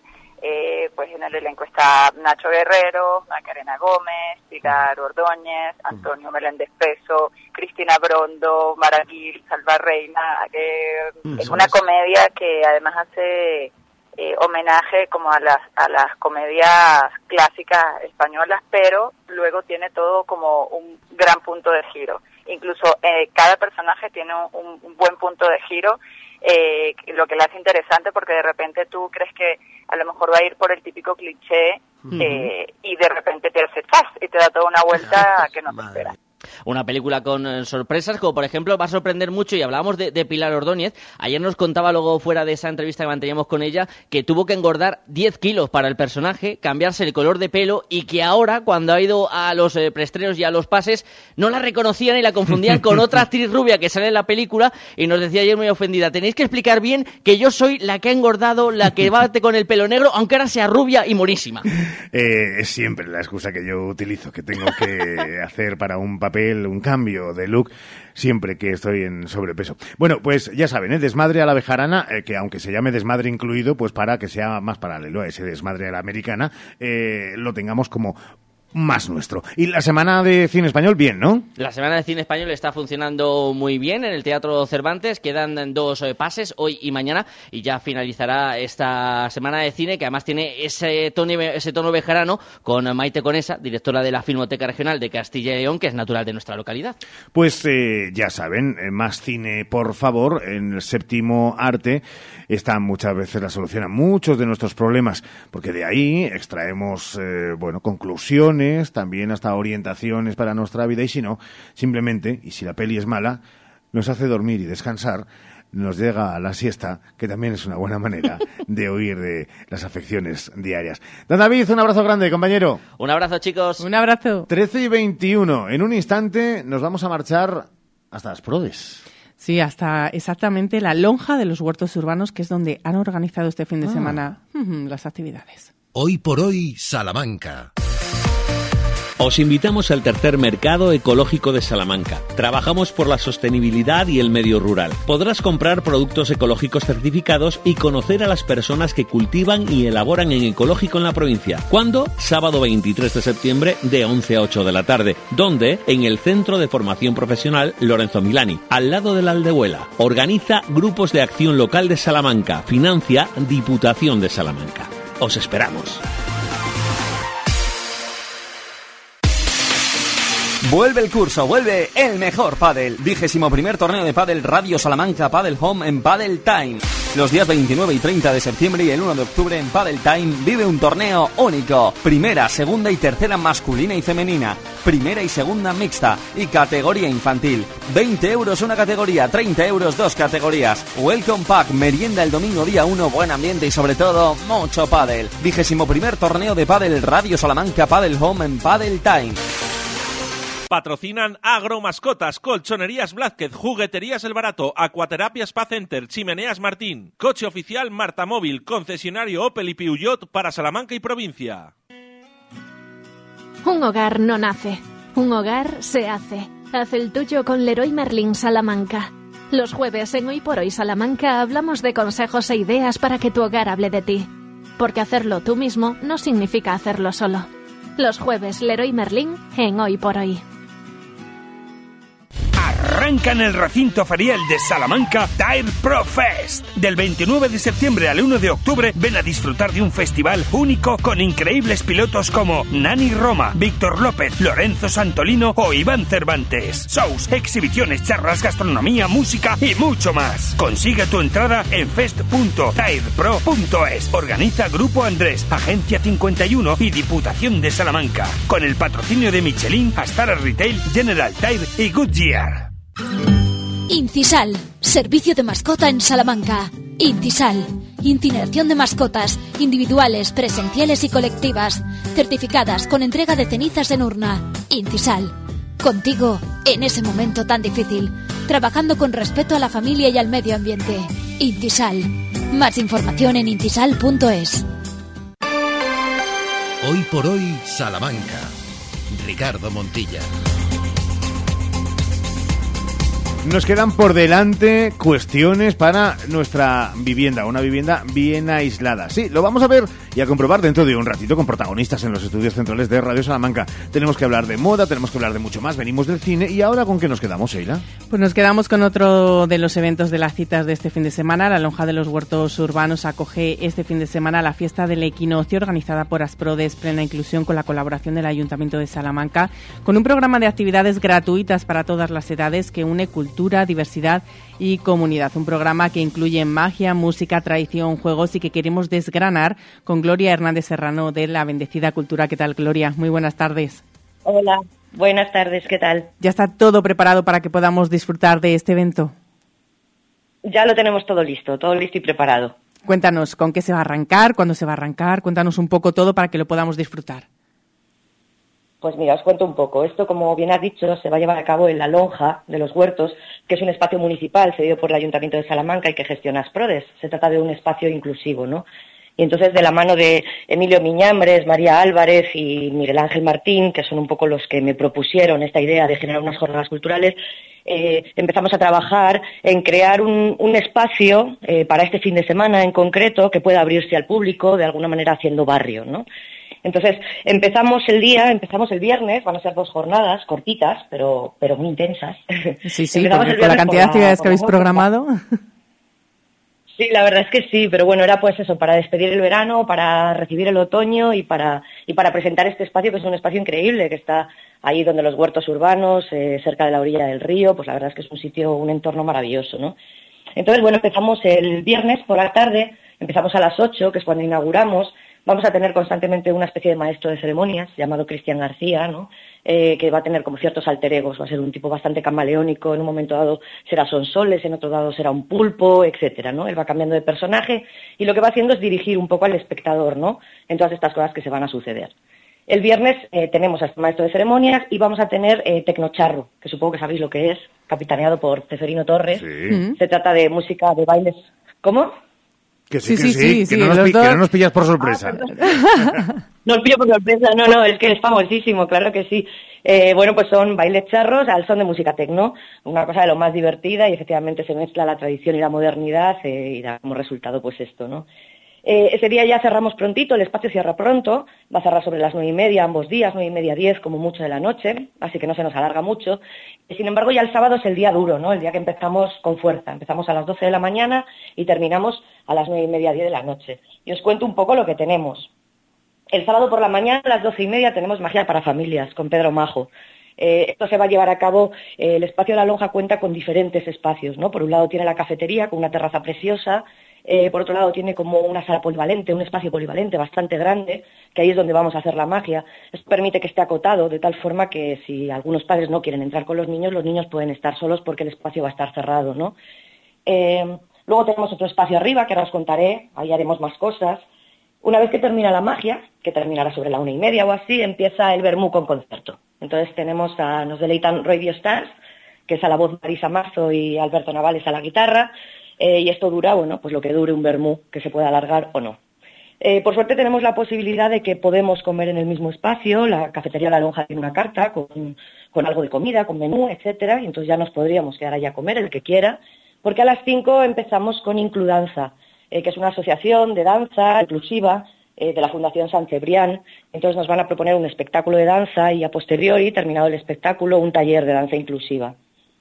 Eh, pues en el elenco está Nacho Guerrero, Macarena Gómez, Pilar Ordóñez, Antonio Meléndez Peso, Cristina Brondo, Maraguil, Salva Reina, que mm, es una comedia que además hace eh, homenaje como a las a las comedias clásicas españolas, pero luego tiene todo como un gran punto de giro. Incluso eh, cada personaje tiene un, un buen punto de giro, eh, lo que le hace interesante, porque de repente tú crees que a lo mejor va a ir por el típico cliché, uh-huh. eh, y de repente te hace ¡zas! Y te da toda una vuelta que no te esperas. Una película con eh, sorpresas, como por ejemplo va a sorprender mucho, y hablábamos de, de Pilar Ordóñez. Ayer nos contaba luego fuera de esa entrevista que manteníamos con ella que tuvo que engordar diez kilos para el personaje, cambiarse el color de pelo, y que ahora cuando ha ido a los eh, preestrenos y a los pases no la reconocían y la confundían con otra actriz rubia que sale en la película, y nos decía ayer muy ofendida: tenéis que explicar bien que yo soy la que ha engordado, la que bate con el pelo negro, aunque ahora sea rubia y morísima. Eh, es siempre la excusa que yo utilizo, que tengo que hacer para un papel un cambio de look siempre que estoy en sobrepeso. Bueno, pues ya saben, ¿eh? Desmadre a la bejarana, eh, que aunque se llame desmadre incluido, pues para que sea más paralelo a ese desmadre a la americana, eh, lo tengamos como más nuestro. Y la semana de cine español, bien, ¿no? La semana de cine español está funcionando muy bien en el Teatro Cervantes. Quedan dos eh, pases, hoy y mañana, y ya finalizará esta semana de cine, que además tiene ese tono, ese tono bejarano, con Maite Conesa, directora de la Filmoteca Regional de Castilla y León, que es natural de nuestra localidad. Pues eh, ya saben, eh, más cine, por favor. En el Séptimo Arte está muchas veces la solución a muchos de nuestros problemas, porque de ahí extraemos, eh, bueno, conclusiones, también hasta orientaciones para nuestra vida, y si no, simplemente, y si la peli es mala, nos hace dormir y descansar, nos llega a la siesta, que también es una buena manera de huir de las afecciones diarias. Don David, un abrazo grande, compañero. Un abrazo, chicos. Un abrazo. trece y veintiuno. En un instante nos vamos a marchar hasta Las Prodes. Sí, hasta exactamente la lonja de los huertos urbanos, que es donde han organizado este fin de ah. semana uh-huh, las actividades. Hoy por hoy, Salamanca. Os invitamos al tercer mercado ecológico de Salamanca. Trabajamos por la sostenibilidad y el medio rural. Podrás comprar productos ecológicos certificados y conocer a las personas que cultivan y elaboran en ecológico en la provincia. ¿Cuándo? Sábado veintitrés de septiembre de once a ocho de la tarde. ¿Dónde? En el Centro de Formación Profesional Lorenzo Milani, al lado de la Aldehuela. Organiza Grupos de Acción Local de Salamanca. Financia Diputación de Salamanca. Os esperamos. Vuelve el curso, vuelve el mejor pádel. Vigésimo primer torneo de pádel Radio Salamanca Padel Home en Padel Time. Los días veintinueve y treinta de septiembre y el uno de octubre en Padel Time vive un torneo único. Primera, segunda y tercera masculina y femenina. Primera y segunda mixta y categoría infantil. veinte euros una categoría, treinta euros dos categorías. Welcome Pack, merienda el domingo día uno, buen ambiente y sobre todo mucho pádel. Vigésimo primer torneo de pádel Radio Salamanca Padel Home en Padel Time. Patrocinan Agromascotas, Colchonerías Blázquez, Jugueterías El Barato, Acuaterapia Spa Center, Chimeneas Martín, Coche Oficial Marta Móvil, concesionario Opel y Peugeot para Salamanca y provincia. Un hogar no nace, un hogar se hace. Haz el tuyo con Leroy Merlin Salamanca. Los jueves en Hoy por Hoy Salamanca hablamos de consejos e ideas para que tu hogar hable de ti. Porque hacerlo tú mismo no significa hacerlo solo. Los jueves Leroy Merlin en Hoy por Hoy. Arranca en el recinto ferial de Salamanca Tire Pro Fest. Del veintinueve de septiembre al uno de octubre ven a disfrutar de un festival único con increíbles pilotos como Nani Roma, Víctor López, Lorenzo Santolino o Iván Cervantes. Shows, exhibiciones, charlas, gastronomía, música y mucho más. Consigue tu entrada en fest punto tire pro punto es. Organiza Grupo Andrés, Agencia cincuenta y uno y Diputación de Salamanca. Con el patrocinio de Michelin, Astara Retail, General Tire y Goodyear. Incisal, servicio de mascota en Salamanca. Incisal, incineración de mascotas, individuales, presenciales y colectivas, certificadas con entrega de cenizas en urna. Incisal, contigo en ese momento tan difícil, trabajando con respeto a la familia y al medio ambiente. Incisal, más información en incisal punto es. Hoy por hoy, Salamanca. Ricardo Montilla. Nos quedan por delante cuestiones para nuestra vivienda, una vivienda bien aislada. Sí, lo vamos a ver y a comprobar dentro de un ratito con protagonistas en los estudios centrales de Radio Salamanca. Tenemos que hablar de moda, tenemos que hablar de mucho más, venimos del cine y ahora ¿con qué nos quedamos, Sheila? Pues nos quedamos con otro de los eventos de las citas de este fin de semana. La Lonja de los Huertos Urbanos acoge este fin de semana la fiesta del equinoccio organizada por Asprodes Plena Inclusión con la colaboración del Ayuntamiento de Salamanca, con un programa de actividades gratuitas para todas las edades que une cultura, Cultura, diversidad y comunidad. Un programa que incluye magia, música, tradición, juegos y que queremos desgranar con Gloria Hernández Serrano de La Bendecida Cultura. ¿Qué tal, Gloria? Muy buenas tardes. Hola, buenas tardes. ¿Qué tal? ¿Ya está todo preparado para que podamos disfrutar de este evento? Ya lo tenemos todo listo, todo listo y preparado. Cuéntanos, ¿con qué se va a arrancar? ¿Cuándo se va a arrancar? Cuéntanos un poco todo para que lo podamos disfrutar. Pues mira, os cuento un poco. Esto, como bien has dicho, se va a llevar a cabo en la Lonja de los Huertos, que es un espacio municipal cedido por el Ayuntamiento de Salamanca y que gestiona Asprodes. Se trata de un espacio inclusivo, ¿no? Y entonces, de la mano de Emilio Miñambres, María Álvarez y Miguel Ángel Martín, que son un poco los que me propusieron esta idea de generar unas jornadas culturales, eh, empezamos a trabajar en crear un, un espacio eh, para este fin de semana en concreto que pueda abrirse al público, de alguna manera haciendo barrio, ¿no? Entonces, empezamos el día, empezamos el viernes, van a ser dos jornadas cortitas, pero pero muy intensas. Sí, sí, porque con la cantidad de actividades que habéis programado. Sí, la verdad es que sí, pero bueno, era pues eso, para despedir el verano, para recibir el otoño y para y para presentar este espacio, que es un espacio increíble, que está ahí donde los huertos urbanos, eh, cerca de la orilla del río, pues la verdad es que es un sitio, un entorno maravilloso, ¿no? Entonces, bueno, empezamos el viernes por la tarde, empezamos a las ocho, que es cuando inauguramos. Vamos a tener constantemente una especie de maestro de ceremonias llamado Cristian García, ¿no? Eh, que va a tener como ciertos alter egos, va a ser un tipo bastante camaleónico, en un momento dado será Sonsoles, en otro dado será un pulpo, etcétera, ¿no? Él va cambiando de personaje y lo que va haciendo es dirigir un poco al espectador, ¿no? En todas estas cosas que se van a suceder. El viernes eh, tenemos a este maestro de ceremonias y vamos a tener eh, Tecnocharro, que supongo que sabéis lo que es, capitaneado por Ceferino Torres. Sí. Se trata de música de bailes... ¿Cómo? Que sí, sí, que sí, sí, que, sí, no nos, que no nos pillas por sorpresa. Ah, no os pillo por sorpresa, no, no, es que es famosísimo, claro que sí. Eh, bueno, pues son bailes charros al son de música tecno, una cosa de lo más divertida y efectivamente se mezcla la tradición y la modernidad eh, y da como resultado pues esto, ¿no? Eh, ese día ya cerramos prontito, el espacio cierra pronto, va a cerrar sobre las nueve y media ambos días, nueve y media, diez como mucho de la noche, así que no se nos alarga mucho. Sin embargo, ya el sábado es el día duro, ¿no? El día que empezamos con fuerza. Empezamos a las doce de la mañana y terminamos a las nueve y media, diez de la noche. Y os cuento un poco lo que tenemos. El sábado por la mañana, a las doce y media, tenemos magia para familias, con Pedro Majo. Eh, esto se va a llevar a cabo, eh, el espacio de la Lonja cuenta con diferentes espacios, ¿no? Por un lado tiene la cafetería con una terraza preciosa, eh, por otro lado tiene como una sala polivalente, un espacio polivalente bastante grande, que ahí es donde vamos a hacer la magia. Esto permite que esté acotado, de tal forma que si algunos padres no quieren entrar con los niños, los niños pueden estar solos porque el espacio va a estar cerrado, ¿no? Eh, luego tenemos otro espacio arriba, que ahora os contaré, ahí haremos más cosas. Una vez que termina la magia, que terminará sobre la una y media o así, empieza el vermú con concierto. Entonces tenemos a, nos deleitan Radio Stars, que es a la voz Marisa Mazo y Alberto Navales a la guitarra, eh, y esto dura, bueno, pues lo que dure un vermú, que se pueda alargar o no. Eh, por suerte tenemos la posibilidad de que podemos comer en el mismo espacio, la cafetería La Lonja tiene una carta con, con algo de comida, con menú, etcétera, y entonces ya nos podríamos quedar allá a comer, el que quiera, porque a las cinco empezamos con Includanza, eh, que es una asociación de danza inclusiva, de la Fundación San Cebrián. Entonces nos van a proponer un espectáculo de danza y a posteriori, terminado el espectáculo, un taller de danza inclusiva.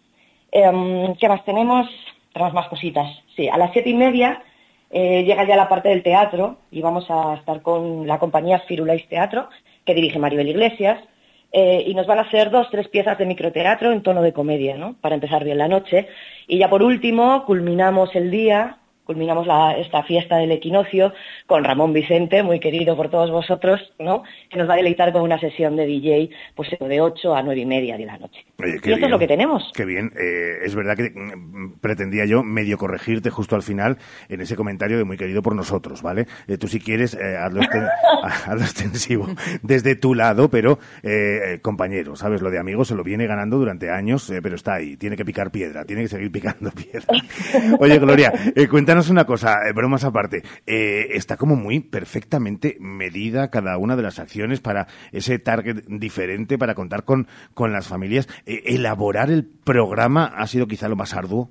Eh, ¿Qué más tenemos? Tenemos más cositas. Sí, a las siete y media eh, llega ya la parte del teatro y vamos a estar con la compañía Firulais Teatro, que dirige Maribel Iglesias, eh, y nos van a hacer dos, tres piezas de microteatro en tono de comedia, ¿no? Para empezar bien la noche. Y ya por último, culminamos el día... Culminamos la, esta fiesta del equinoccio con Ramón Vicente, muy querido por todos vosotros, ¿no? Que nos va a deleitar con una sesión de D J pues de ocho a nueve y media de la noche. Oye, y esto bien, es lo que tenemos. Qué bien. Eh, es verdad que mm, pretendía yo medio corregirte justo al final en ese comentario de muy querido por nosotros, ¿vale? Eh, tú si quieres, eh, hazlo, esten, hazlo extensivo desde tu lado, pero eh, compañero, ¿sabes? Lo de amigos se lo viene ganando durante años, eh, pero está ahí. Tiene que picar piedra, tiene que seguir picando piedra. Oye, Gloria, eh, cuéntanos cuéntanos una cosa, eh, bromas aparte, eh, está como muy perfectamente medida cada una de las acciones para ese target diferente, para contar con, con las familias. Eh, ¿Elaborar el programa ha sido quizá lo más arduo?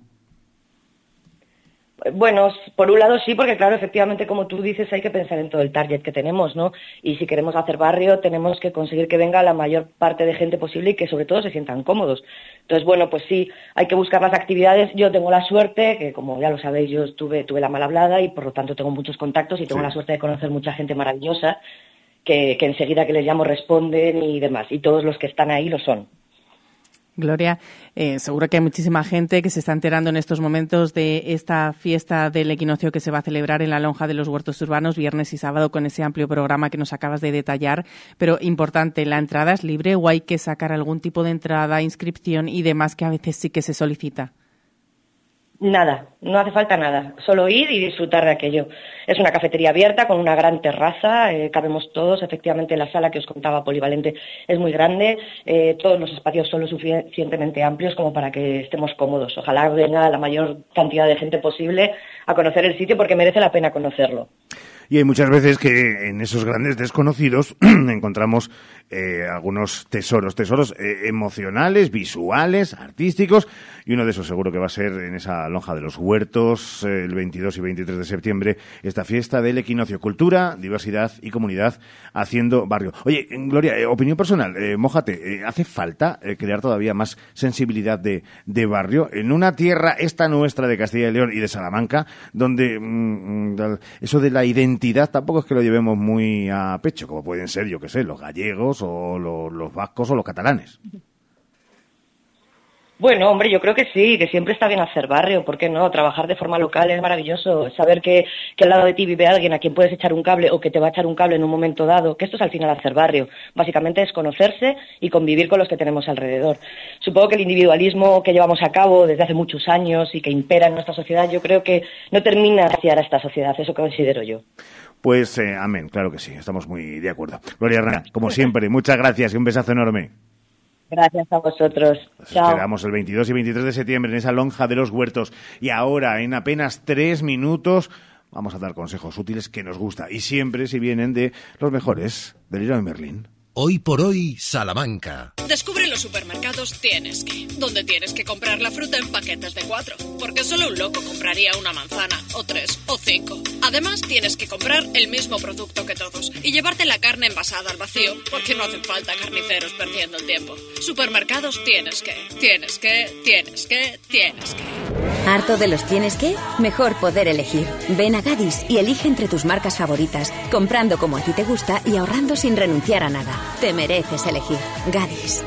Bueno, por un lado sí, porque claro, efectivamente, como tú dices, hay que pensar en todo el target que tenemos, ¿no? Y si queremos hacer barrio, tenemos que conseguir que venga la mayor parte de gente posible y que sobre todo se sientan cómodos. Entonces, bueno, pues sí, hay que buscar las actividades. Yo tengo la suerte, que como ya lo sabéis, yo estuve, tuve la mal hablada y por lo tanto tengo muchos contactos y tengo sí. la suerte de conocer mucha gente maravillosa que, que enseguida que les llamo responden y demás. Y todos los que están ahí lo son. Gloria, eh, seguro que hay muchísima gente que se está enterando en estos momentos de esta fiesta del equinoccio que se va a celebrar en la Lonja de los Huertos Urbanos viernes y sábado con ese amplio programa que nos acabas de detallar. Pero importante, ¿la entrada es libre o hay que sacar algún tipo de entrada, inscripción y demás que a veces sí que se solicita? Nada, no hace falta nada, solo ir y disfrutar de aquello. Es una cafetería abierta con una gran terraza, eh, cabemos todos, efectivamente la sala que os contaba polivalente es muy grande, eh, todos los espacios son lo suficientemente amplios como para que estemos cómodos. Ojalá venga la mayor cantidad de gente posible a conocer el sitio porque merece la pena conocerlo. Y hay muchas veces que en esos grandes desconocidos encontramos eh, algunos tesoros, tesoros eh, emocionales, visuales, artísticos, y uno de esos seguro que va a ser en esa Lonja de los Huertos, eh, el veintidós y veintitrés de septiembre, esta fiesta del equinoccio, cultura, diversidad y comunidad haciendo barrio. Oye, Gloria, eh, opinión personal, eh, mójate, eh, ¿hace falta eh, crear todavía más sensibilidad de, de barrio en una tierra, esta nuestra de Castilla y León y de Salamanca, donde mm, eso de la identidad tampoco es que lo llevemos muy a pecho, como pueden ser, yo qué sé, los gallegos o los, los vascos o los catalanes? Bueno, hombre, yo creo que sí, que siempre está bien hacer barrio, ¿por qué no? Trabajar de forma local es maravilloso, saber que, que al lado de ti vive alguien a quien puedes echar un cable o que te va a echar un cable en un momento dado, que esto es al final hacer barrio. Básicamente es conocerse y convivir con los que tenemos alrededor. Supongo que el individualismo que llevamos a cabo desde hace muchos años y que impera en nuestra sociedad, yo creo que no termina de saciar a esta sociedad, eso considero yo. Pues eh, amén, claro que sí, estamos muy de acuerdo. Gloria Herrera, como siempre, muchas gracias y un besazo enorme. Gracias a vosotros. Nos Chao. esperamos el veintidós y veintitrés de septiembre en esa Lonja de los Huertos. Y ahora, en apenas tres minutos, vamos a dar consejos útiles que nos gusta. Y siempre si vienen de los mejores del Leroy Merlin. Hoy por hoy, Salamanca. Descubre los supermercados Tienes Que, donde tienes que comprar la fruta en paquetes de cuatro, porque solo un loco compraría una manzana, o tres, o cinco. Además, tienes que comprar el mismo producto que todos y llevarte la carne envasada al vacío, porque no hacen falta carniceros perdiendo el tiempo. Supermercados Tienes Que, tienes que, tienes que, tienes que. ¿Harto de los tienes que? Mejor poder elegir. Ven a Gadis y elige entre tus marcas favoritas, comprando como a ti te gusta y ahorrando sin renunciar a nada. Te mereces elegir. Gadis.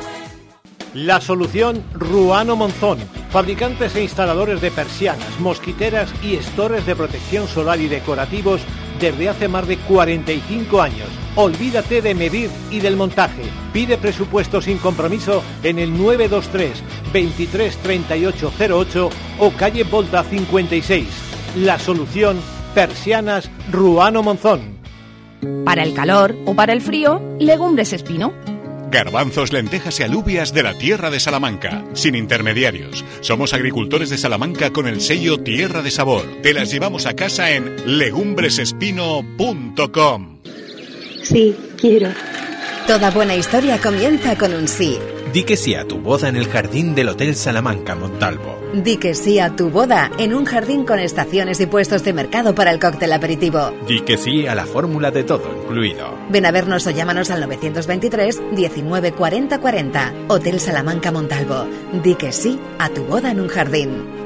La solución Ruano Monzón, fabricantes e instaladores de persianas, mosquiteras y estores de protección solar y decorativos desde hace más de cuarenta y cinco años. Olvídate de medir y del montaje. Pide presupuesto sin compromiso en el nueve dos tres, veintitrés, treinta y ocho cero ocho o calle Volta cincuenta y seis. La solución Persianas Ruano Monzón. Para el calor o para el frío, Legumbres Espino. Garbanzos, lentejas y alubias de la tierra de Salamanca, sin intermediarios. Somos agricultores de Salamanca con el sello Tierra de Sabor. Te las llevamos a casa en legumbresespino punto com. Sí, quiero. Toda buena historia comienza con un sí. Di que sí a tu boda en el jardín del Hotel Salamanca Montalvo. Di que sí a tu boda en un jardín con estaciones y puestos de mercado para el cóctel aperitivo. Di que sí a la fórmula de todo incluido. Ven a vernos o llámanos al nueve dos tres, diecinueve, cuarenta, cuarenta. Hotel Salamanca Montalvo. Di que sí a tu boda en un jardín.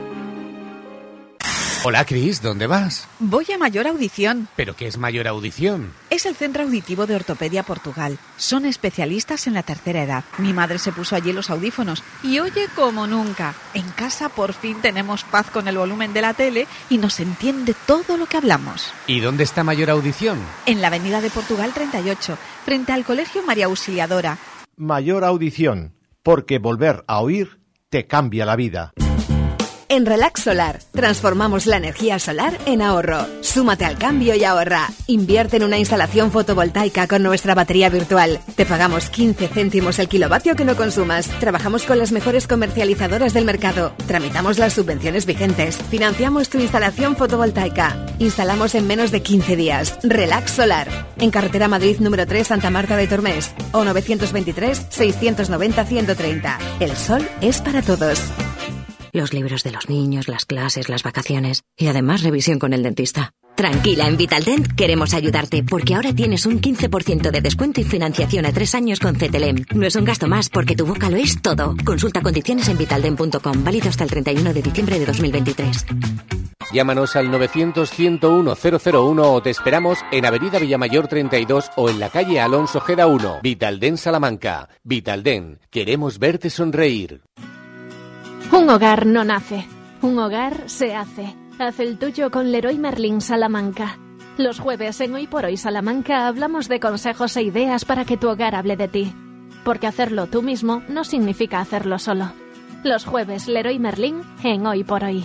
Hola, Cris, ¿dónde vas? Voy a Mayor Audición. ¿Pero qué es Mayor Audición? Es el Centro Auditivo de Ortopedia Portugal. Son especialistas en la tercera edad. Mi madre se puso allí los audífonos y oye como nunca. En casa por fin tenemos paz con el volumen de la tele y nos entiende todo lo que hablamos. ¿Y dónde está Mayor Audición? En la Avenida de Portugal treinta y ocho, frente al Colegio María Auxiliadora. Mayor Audición, porque volver a oír te cambia la vida. En Relax Solar, transformamos la energía solar en ahorro. Súmate al cambio y ahorra. Invierte en una instalación fotovoltaica con nuestra batería virtual. Te pagamos quince céntimos el kilovatio que no consumas. Trabajamos con las mejores comercializadoras del mercado. Tramitamos las subvenciones vigentes. Financiamos tu instalación fotovoltaica. Instalamos en menos de quince días. Relax Solar. En carretera Madrid número tres, Santa Marta de Tormes. O nueve dos tres, seis nueve cero, uno tres cero. El sol es para todos. Los libros de los niños, las clases, las vacaciones y además revisión con el dentista. Tranquila, en Vitaldent queremos ayudarte porque ahora tienes un quince por ciento de descuento y financiación a tres años con Cetelem. No es un gasto más porque tu boca lo es todo. Consulta condiciones en vitaldent punto com, válido hasta el treinta y uno de diciembre de dos mil veintitrés. Llámanos al novecientos, ciento uno, cero cero uno o te esperamos en Avenida Villamayor treinta y dos o en la calle Alonso Geda uno. Vitaldent Salamanca. Vitaldent, queremos verte sonreír. Un hogar no nace, un hogar se hace. Haz el tuyo con Leroy Merlin Salamanca. Los jueves en Hoy por Hoy Salamanca hablamos de consejos e ideas para que tu hogar hable de ti. Porque hacerlo tú mismo no significa hacerlo solo. Los jueves Leroy Merlin en Hoy por Hoy.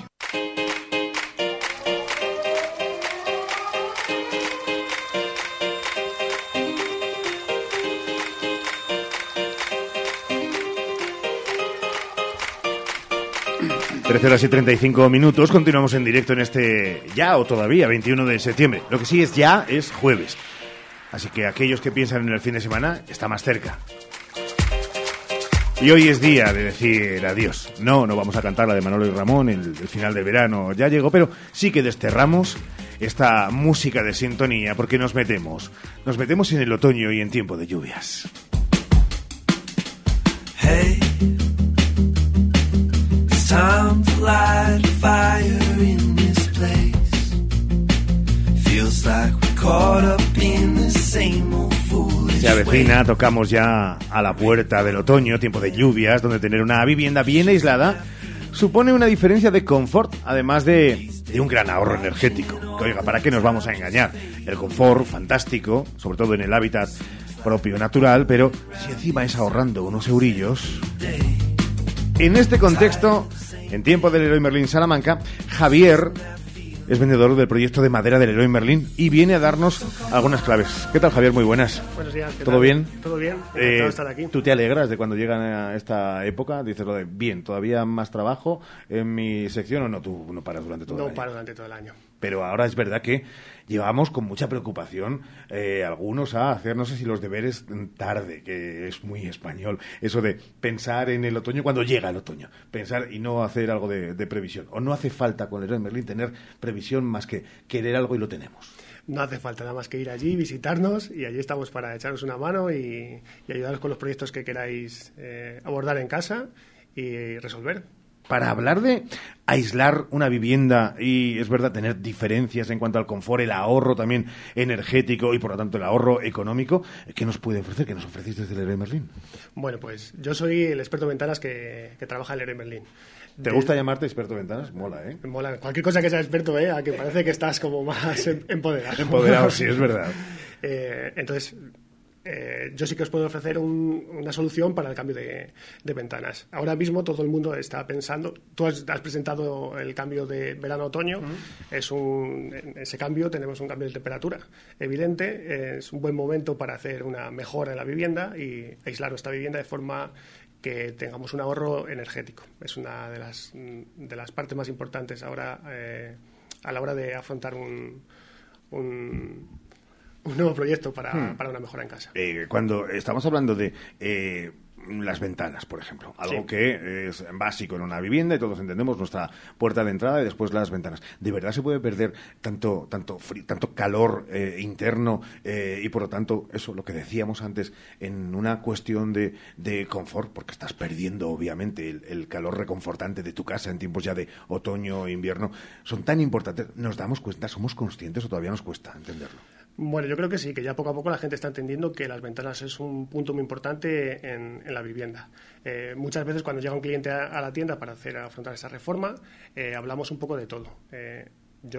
trece horas y treinta y cinco minutos, continuamos en directo en este ya o todavía veintiuno de septiembre. Lo que sí es ya es jueves. Así que aquellos que piensan en el fin de semana está más cerca. Y hoy es día de decir adiós. No, no vamos a cantar la de Manolo y Ramón, el, el final de verano ya llegó, pero sí que desterramos esta música de sintonía porque nos metemos. Nos metemos en el otoño y en tiempo de lluvias. Hey. Time to light a fire in this place. Feels like we're caught up in the same old foolish Se avecina, tocamos ya a la puerta del otoño, tiempo de lluvias, donde tener una vivienda bien aislada supone una diferencia de confort, además de, de un gran ahorro energético. Que oiga, ¿para qué nos vamos a engañar? El confort, fantástico, sobre todo en el hábitat propio natural, pero si encima es ahorrando unos eurillos... En este contexto, en tiempo del Leroy Merlin Salamanca, Javier es vendedor del proyecto de madera del Leroy Merlin y viene a darnos algunas claves. ¿Qué tal, Javier? Muy buenas. Buenos días. ¿Qué ¿Todo tal? bien? Todo bien. Eh, de estar aquí. ¿Tú te alegras de cuando llegan a esta época? Dices lo de, bien, ¿todavía más trabajo en mi sección o no? Tú no paras durante todo no el año. No paro durante todo el año. Pero ahora es verdad que llevamos con mucha preocupación eh, algunos a hacer, no sé si los deberes tarde, que es muy español, eso de pensar en el otoño cuando llega el otoño, pensar y no hacer algo de, de previsión. O no hace falta con el Leroy Merlin tener previsión más que querer algo y lo tenemos. No hace falta nada más que ir allí, visitarnos y allí estamos para echaros una mano y, y ayudaros con los proyectos que queráis eh, abordar en casa y resolver. Para hablar de aislar una vivienda y, es verdad, tener diferencias en cuanto al confort, el ahorro también energético y, por lo tanto, el ahorro económico, ¿qué nos puede ofrecer? ¿Qué nos ofrecéis desde Leroy Merlin? Bueno, pues yo soy el experto en ventanas que, que trabaja en Leroy Merlin. ¿Te de... gusta llamarte experto en ventanas? Mola, ¿eh? Mola. Cualquier cosa que sea experto, ¿eh? A que parece que estás como más empoderado. Empoderado, sí, es verdad. eh, entonces... Eh, yo sí que os puedo ofrecer un, una solución para el cambio de, de ventanas. Ahora mismo todo el mundo está pensando, tú has, has presentado el cambio de verano-otoño, uh-huh. es un, en ese cambio tenemos un cambio de temperatura evidente, es un buen momento para hacer una mejora en la vivienda y aislar nuestra vivienda de forma que tengamos un ahorro energético. Es una de las, de las partes más importantes ahora eh, a la hora de afrontar un... un un nuevo proyecto para, hmm. para una mejora en casa. Eh, cuando estamos hablando de eh, las ventanas, por ejemplo, algo sí. que es básico en una vivienda y todos entendemos, nuestra puerta de entrada y después las ventanas. ¿De verdad se puede perder tanto tanto frío, tanto calor eh, interno eh, y por lo tanto, eso, lo que decíamos antes, en una cuestión de, de confort, porque estás perdiendo obviamente el, el calor reconfortante de tu casa en tiempos ya de otoño e invierno, son tan importantes? ¿Nos damos cuenta? ¿Somos conscientes o todavía nos cuesta entenderlo? Bueno, yo creo que sí, que ya poco a poco la gente está entendiendo que las ventanas es un punto muy importante en, en la vivienda. Eh, muchas veces cuando llega un cliente a, a la tienda para hacer afrontar esa reforma, eh, hablamos un poco de todo. Eh, yo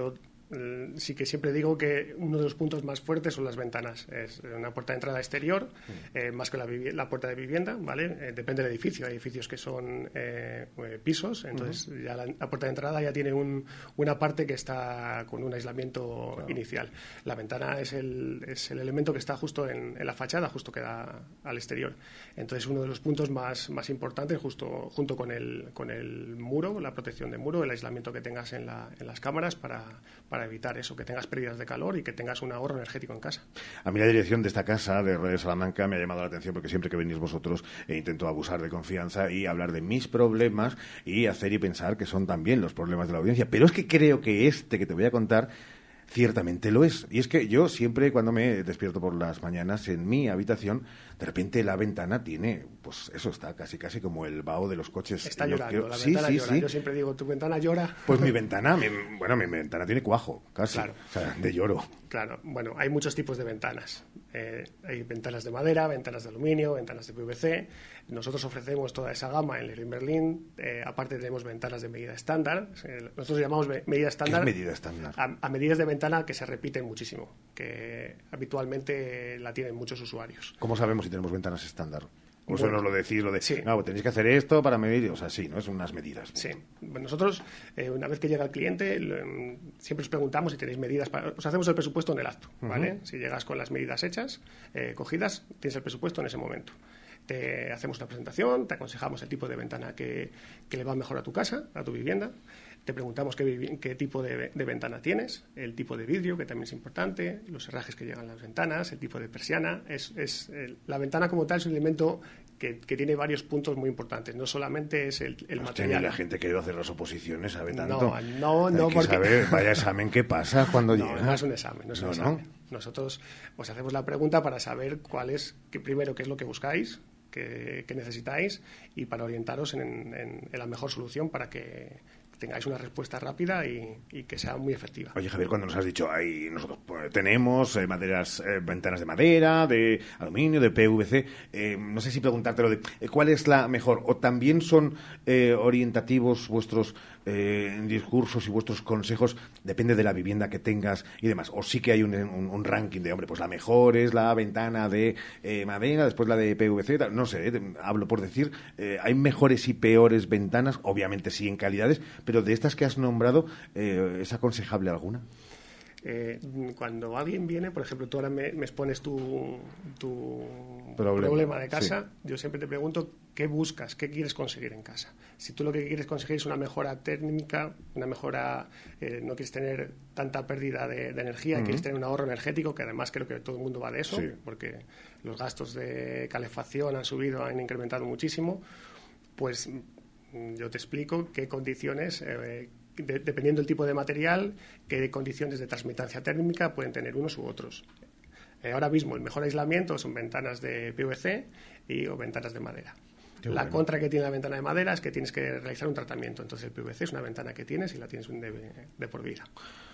Sí que siempre digo que uno de los puntos más fuertes son las ventanas. Es una puerta de entrada exterior, eh, más que la, la puerta de vivienda, ¿vale? Eh, depende del edificio. Hay edificios que son eh, pisos, entonces uh-huh. ya la, la puerta de entrada ya tiene un, una parte que está con un aislamiento claro. inicial. La ventana es el, es el elemento que está justo en, en la fachada, justo que da al exterior. Entonces uno de los puntos más, más importantes, justo junto con el, con el muro, la protección de muro, el aislamiento que tengas en, la, en las cámaras para, para evitar eso, que tengas pérdidas de calor y que tengas un ahorro energético en casa. A mí la dirección de esta casa de Radio Salamanca me ha llamado la atención porque siempre que venís vosotros eh, intento abusar de confianza y hablar de mis problemas y hacer y pensar que son también los problemas de la audiencia. Pero es que creo que este que te voy a contar ciertamente lo es. Y es que yo siempre cuando me despierto por las mañanas en mi habitación, de repente la ventana tiene, pues eso está casi casi como el vaho de los coches. Está llorando, que... la sí, ventana sí, llora. Sí. Yo siempre digo, ¿tu ventana llora? Pues mi ventana, mi, bueno, mi ventana tiene cuajo, casi, claro. O sea, de lloro. Claro, bueno, hay muchos tipos de ventanas. Eh, hay ventanas de madera, ventanas de aluminio, ventanas de P V C. Nosotros ofrecemos toda esa gama en Leroy Merlin. Eh, aparte tenemos ventanas de medida estándar. Eh, nosotros llamamos medida estándar. ¿Qué es medida estándar? A, a medidas de ventana que se repiten muchísimo, que habitualmente la tienen muchos usuarios. ¿Cómo sabemos si tenemos ventanas estándar? O Bueno, nos lo decís, lo de, sí. no, tenéis que hacer esto para medir, o sea, sí, ¿no? Es unas medidas. Sí. Nosotros, eh, una vez que llega el cliente, lo, siempre os preguntamos si tenéis medidas para... Os hacemos el presupuesto en el acto, ¿vale? Uh-huh. Si llegas con las medidas hechas, eh, cogidas, tienes el presupuesto en ese momento. Te hacemos una presentación, te aconsejamos el tipo de ventana que, que le va mejor a tu casa, a tu vivienda. Te preguntamos qué, qué tipo de, de ventana tienes, el tipo de vidrio, que también es importante, los herrajes que llegan a las ventanas, el tipo de persiana. Es, es el, la ventana como tal es un elemento que, que tiene varios puntos muy importantes. No solamente es el, el material. La gente que debe hacer las oposiciones sabe tanto. No, no, no. Hay que porque... saber, vaya examen, ¿qué pasa cuando no, llega? No es un examen, no es un no, examen. No. Nosotros os hacemos la pregunta para saber cuál es, que primero, qué es lo que buscáis, qué, qué necesitáis y para orientaros en, en, en la mejor solución para que tengáis una respuesta rápida y, y que sea muy efectiva. Oye, Javier, cuando nos has dicho, ahí nosotros pues, tenemos eh, maderas, eh, ventanas de madera, de aluminio, de P V C, eh, no sé si preguntártelo de eh, cuál es la mejor, o también son eh, orientativos vuestros eh, discursos y vuestros consejos, depende de la vivienda que tengas y demás, o sí que hay un, un, un ranking de, hombre, pues la mejor es la ventana de eh, madera, después la de P V C, no sé, eh, hablo por decir, eh, hay mejores y peores ventanas, obviamente sí en calidades, pero de estas que has nombrado, eh, ¿es aconsejable alguna? Eh, cuando alguien viene, por ejemplo, tú ahora me, me expones tu, tu problema, problema de casa, sí. Yo siempre te pregunto qué buscas, qué quieres conseguir en casa. Si tú lo que quieres conseguir es una mejora técnica, una mejora, eh, no quieres tener tanta pérdida de, de energía, uh-huh. Quieres tener un ahorro energético, que además creo que todo el mundo va de eso, sí. Porque los gastos de calefacción han subido, han incrementado muchísimo, pues yo te explico qué condiciones, eh, de, dependiendo del tipo de material, qué condiciones de transmitancia térmica pueden tener unos u otros. Eh, ahora mismo el mejor aislamiento son ventanas de P V C y, o ventanas de madera. Qué la bueno. Contra que tiene la ventana de madera es que tienes que realizar un tratamiento. Entonces el P V C es una ventana que tienes y la tienes de, de por vida.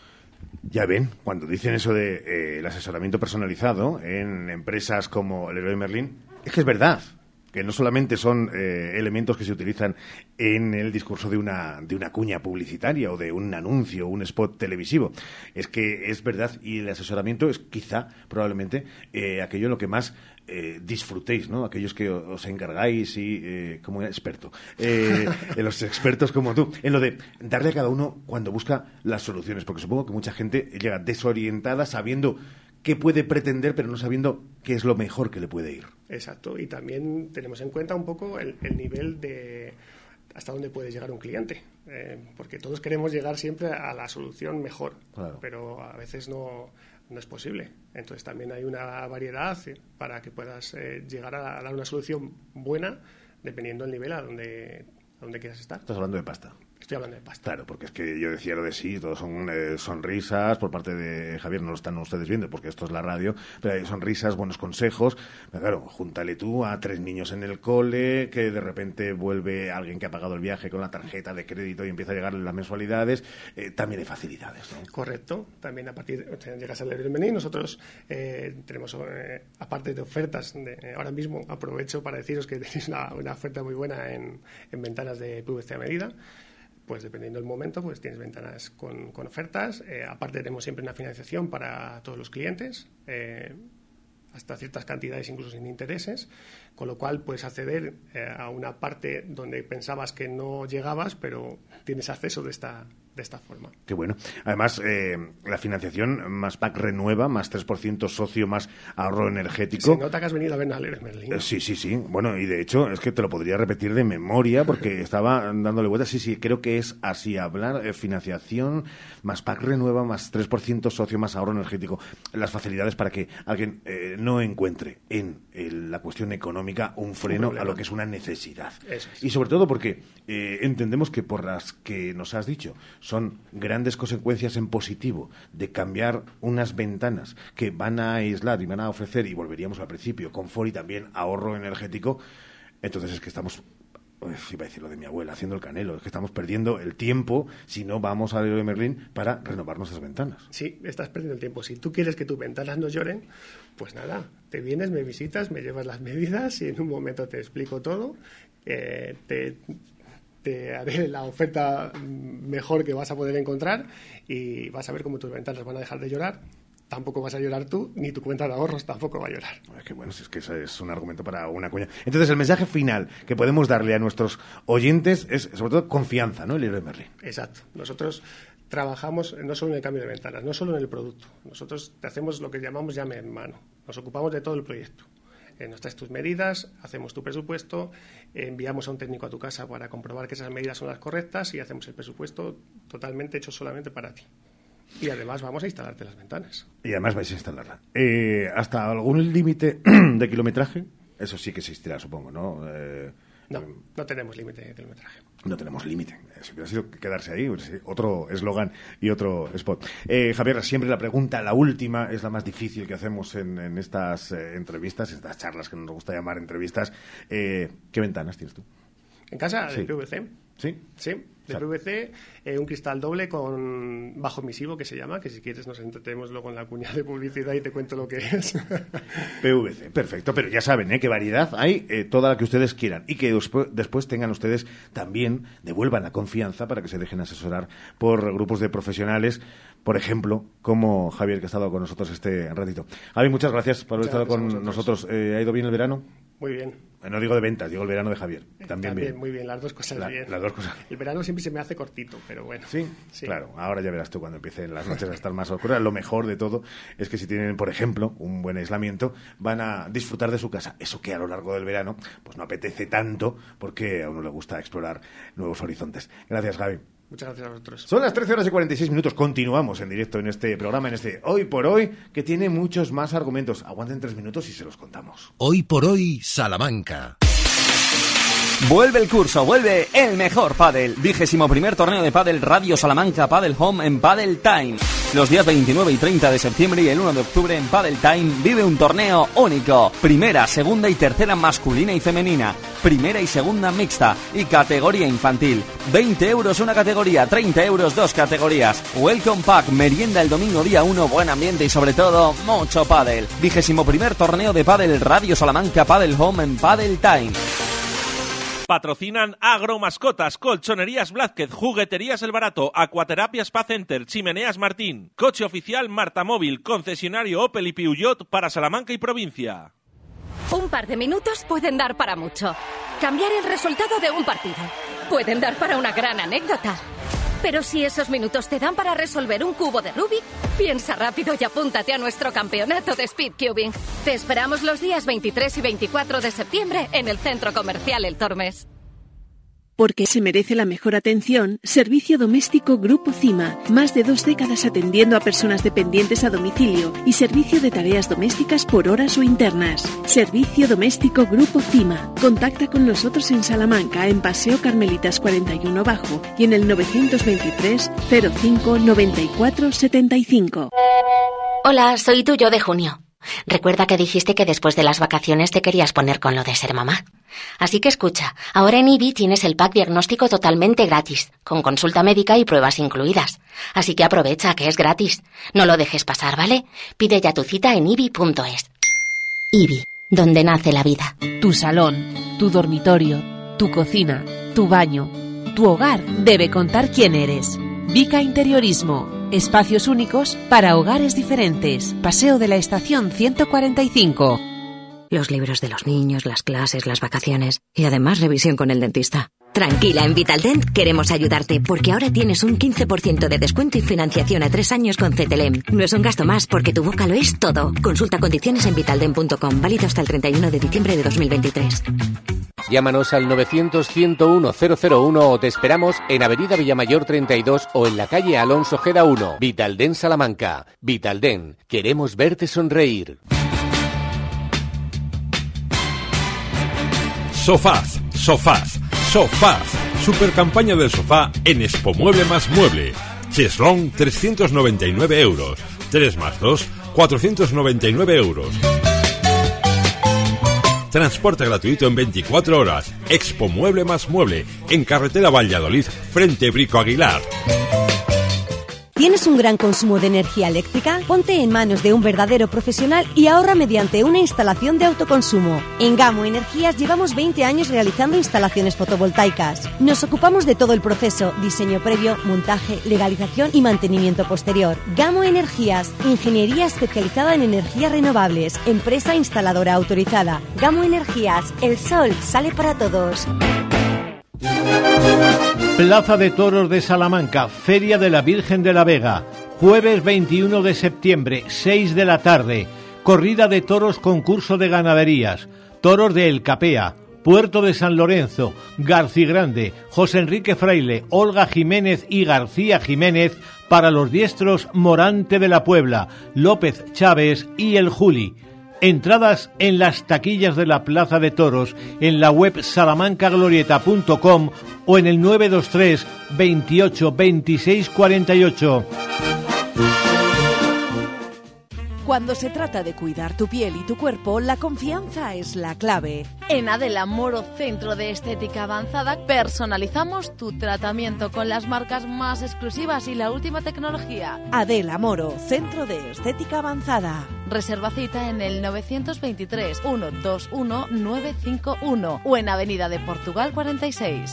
Ya ven, cuando dicen eso de eh, el asesoramiento personalizado en empresas como Leroy Merlin, es que es verdad. Que no solamente son eh, elementos que se utilizan en el discurso de una, de una cuña publicitaria o de un anuncio o un spot televisivo. Es que es verdad, y el asesoramiento es quizá, probablemente, eh, aquello en lo que más eh, disfrutéis, ¿no? Aquellos que os encargáis y, eh, como experto, eh, los expertos como tú, en lo de darle a cada uno cuando busca las soluciones, porque supongo que mucha gente llega desorientada sabiendo qué puede pretender, pero no sabiendo qué es lo mejor que le puede ir. Exacto, y también tenemos en cuenta un poco el, el nivel de hasta dónde puede llegar un cliente, eh, porque todos queremos llegar siempre a la solución mejor, claro. Pero a veces no, no es posible. Entonces también hay una variedad para que puedas eh, llegar a, a dar una solución buena dependiendo del nivel a donde, a donde quieras estar. Estás hablando de pasta. Estoy hablando de pasta. Claro, porque es que yo decía lo de sí, todos son eh, sonrisas por parte de Javier, no lo están ustedes viendo porque esto es la radio, pero hay sonrisas, buenos consejos. Pero claro, júntale tú a tres niños en el cole, que de repente vuelve alguien que ha pagado el viaje con la tarjeta de crédito y empieza a llegar las mensualidades, eh, también hay facilidades, ¿no? Correcto, también a partir de, o sea, llegas al Leroy Merlin, nosotros eh, tenemos, eh, aparte de ofertas, de, eh, ahora mismo aprovecho para deciros que tenéis una, una oferta muy buena en, en ventanas de P V C a medida. pues dependiendo del momento, pues tienes ventanas con, con ofertas. Eh, aparte tenemos siempre una financiación para todos los clientes, eh, hasta ciertas cantidades incluso sin intereses, con lo cual puedes acceder eh, a una parte donde pensabas que no llegabas, pero tienes acceso de esta, de esta forma. Qué bueno. Además, eh, la financiación más P A C Renueva, más tres por ciento socio, más ahorro energético. Se nota que has venido a ver a Leroy Merlin. Eh, sí, sí, sí. Bueno, y de hecho es que te lo podría repetir de memoria porque estaba dándole vueltas. Sí, sí, creo que es así. Hablar eh, financiación más P A C Renueva, más tres por ciento socio, más ahorro energético. Las facilidades para que alguien eh, no encuentre en el, la cuestión económica un freno un a lo que es una necesidad. Eso es. Y sobre todo porque eh, entendemos que por las que nos has dicho son grandes consecuencias en positivo de cambiar unas ventanas que van a aislar y van a ofrecer, y volveríamos al principio, confort y también ahorro energético. Entonces es que estamos, pues, iba a decir lo de mi abuela, haciendo el canelo, es que estamos perdiendo el tiempo si no vamos a Leroy Merlin para renovar nuestras ventanas. Sí, estás perdiendo el tiempo. Si tú quieres que tus ventanas no lloren, pues nada, te vienes, me visitas, me llevas las medidas y en un momento te explico todo, eh, te, te haré la oferta mejor que vas a poder encontrar y vas a ver cómo tus ventanas van a dejar de llorar. Tampoco vas a llorar tú, ni tu cuenta de ahorros tampoco va a llorar. Es que bueno, si es que eso es un argumento para una cuña. Entonces, el mensaje final que podemos darle a nuestros oyentes es, sobre todo, confianza, ¿no? El Leroy Merlin. Exacto. Nosotros trabajamos no solo en el cambio de ventanas, no solo en el producto. Nosotros te hacemos lo que llamamos llame en mano. Nos ocupamos de todo el proyecto. Eh, nos traes tus medidas, hacemos tu presupuesto, eh, enviamos a un técnico a tu casa para comprobar que esas medidas son las correctas y hacemos el presupuesto totalmente hecho solamente para ti. Y además vamos a instalarte las ventanas. Y además vais a instalarla. Eh, ¿Hasta algún límite de kilometraje? Eso sí que existirá, supongo, ¿no? Eh, no, no tenemos límite de kilometraje. No tenemos límite. Si hubiera sido quedarse ahí, pues, otro eslogan y otro spot. Eh, Javier, siempre la pregunta, la última, es la más difícil que hacemos en, en estas eh, entrevistas, estas charlas que nos gusta llamar entrevistas. Eh, ¿Qué ventanas tienes tú? ¿En casa? Sí. De P V C. ¿Sí? Sí, de P V C, eh, un cristal doble con bajo emisivo, que se llama, que si quieres nos entretenemos luego en la cuña de publicidad y te cuento lo que es. P V C, perfecto, pero ya saben, ¿eh? Qué variedad hay, eh, toda la que ustedes quieran, y que después, después tengan ustedes también, devuelvan la confianza para que se dejen asesorar por grupos de profesionales, por ejemplo, como Javier, que ha estado con nosotros este ratito. Javi, muchas gracias por haber Muchas estado con gracias nosotros. Eh, ¿Ha ido bien el verano? Muy bien. No digo de ventas, digo el verano de Javier. También, También bien. muy bien, las dos cosas La, bien. Las dos cosas. El verano siempre se me hace cortito, pero bueno. ¿Sí? Sí. Claro, ahora ya verás tú cuando empiecen las noches a estar más oscuras. Lo mejor de todo es que si tienen, por ejemplo, un buen aislamiento, van a disfrutar de su casa. Eso que a lo largo del verano pues no apetece tanto porque a uno le gusta explorar nuevos horizontes. Gracias, Javi. Muchas gracias a vosotros. Son las trece horas y cuarenta y seis minutos. Continuamos en directo en este programa, en este Hoy por Hoy, que tiene muchos más argumentos. Aguanten tres minutos y se los contamos. Hoy por Hoy, Salamanca. Vuelve el curso, vuelve el mejor pádel. Vigésimo primer torneo de pádel Radio Salamanca Padel Home en Padel Time. Los días veintinueve y treinta de septiembre y el uno de octubre en Padel Time vive un torneo único. Primera, segunda y tercera masculina y femenina. Primera y segunda mixta y categoría infantil. veinte euros una categoría, treinta euros dos categorías. Welcome Pack, merienda el domingo día uno, buen ambiente y sobre todo mucho pádel. Vigésimo primer torneo de pádel Radio Salamanca Padel Home en Padel Time. Patrocinan Agromascotas, Colchonerías Blázquez, Jugueterías El Barato, Acuaterapia Spa Center, Chimeneas Martín, Coche Oficial Marta Móvil, Concesionario Opel y Peugeot para Salamanca y provincia. Un par de minutos pueden dar para mucho. Cambiar el resultado de un partido. Pueden dar para una gran anécdota. Pero si esos minutos te dan para resolver un cubo de Rubik, piensa rápido y apúntate a nuestro campeonato de Speedcubing. Te esperamos los días veintitrés y veinticuatro de septiembre en el Centro Comercial El Tormes. Porque se merece la mejor atención, Servicio Doméstico Grupo CIMA. Más de dos décadas atendiendo a personas dependientes a domicilio y servicio de tareas domésticas por horas o internas. Servicio Doméstico Grupo CIMA. Contacta con nosotros en Salamanca, en Paseo Carmelitas cuarenta y uno Bajo y en el novecientos veintitrés cero cinco noventa y cuatro setenta y cinco. Hola, soy tu yo de junio. Recuerda que dijiste que después de las vacaciones te querías poner con lo de ser mamá. Así que escucha, ahora en IBI tienes el pack diagnóstico totalmente gratis, con consulta médica y pruebas incluidas. Así que aprovecha, que es gratis. No lo dejes pasar, ¿vale? Pide ya tu cita en ibi punto es. IBI, donde nace la vida. Tu salón, tu dormitorio, tu cocina, tu baño. tu hogar debe contar quién eres. Vica Interiorismo. Espacios únicos para hogares diferentes. Paseo de la Estación ciento cuarenta y cinco. Los libros de los niños, las clases, las vacaciones y además revisión con el dentista. Tranquila, en Vitaldent queremos ayudarte porque ahora tienes un quince por ciento de descuento y financiación a tres años con Cetelem. No es un gasto más porque tu boca lo es todo. Consulta condiciones en vitaldent punto com, válido hasta el treinta y uno de diciembre de dos mil veintitrés. Llámanos al novecientos, ciento uno, cero cero uno o te esperamos en Avenida Villamayor treinta y dos o en la calle Alonso Ojeda uno. Vitaldent Salamanca. Vitaldent, queremos verte sonreír. Sofás, sofás, sofás. Super campaña del sofá en Expo Mueble más Mueble. Cheslong, trescientos noventa y nueve euros. tres más dos, cuatrocientos noventa y nueve euros. Transporte gratuito en veinticuatro horas. Expo Mueble más Mueble. En carretera Valladolid, frente Brico Aguilar. ¿Tienes un gran consumo de energía eléctrica? Ponte en manos de un verdadero profesional y ahorra mediante una instalación de autoconsumo. En Gamo Energías llevamos veinte años realizando instalaciones fotovoltaicas. Nos ocupamos de todo el proceso, diseño previo, montaje, legalización y mantenimiento posterior. Gamo Energías, ingeniería especializada en energías renovables, empresa instaladora autorizada. Gamo Energías, el sol sale para todos. Plaza de Toros de Salamanca, Feria de la Virgen de la Vega, jueves veintiuno de septiembre, seis de la tarde, corrida de toros, concurso de ganaderías, toros de El Capea, Puerto de San Lorenzo, Garcigrande, José Enrique Fraile, Olga Jiménez y García Jiménez, para los diestros Morante de la Puebla, López Chávez y El Juli. Entradas en las taquillas de la Plaza de Toros, en la web salamanca glorieta punto com o en el nueve dos tres, veintiocho, veintiséis cuarenta y ocho. Cuando se trata de cuidar tu piel y tu cuerpo, la confianza es la clave. En Adela Moro Centro de Estética Avanzada personalizamos tu tratamiento con las marcas más exclusivas y la última tecnología. Adela Moro, Centro de Estética Avanzada. Reserva cita en el novecientos veintitrés, ciento veintiuno, novecientos cincuenta y uno o en Avenida de Portugal cuarenta y seis.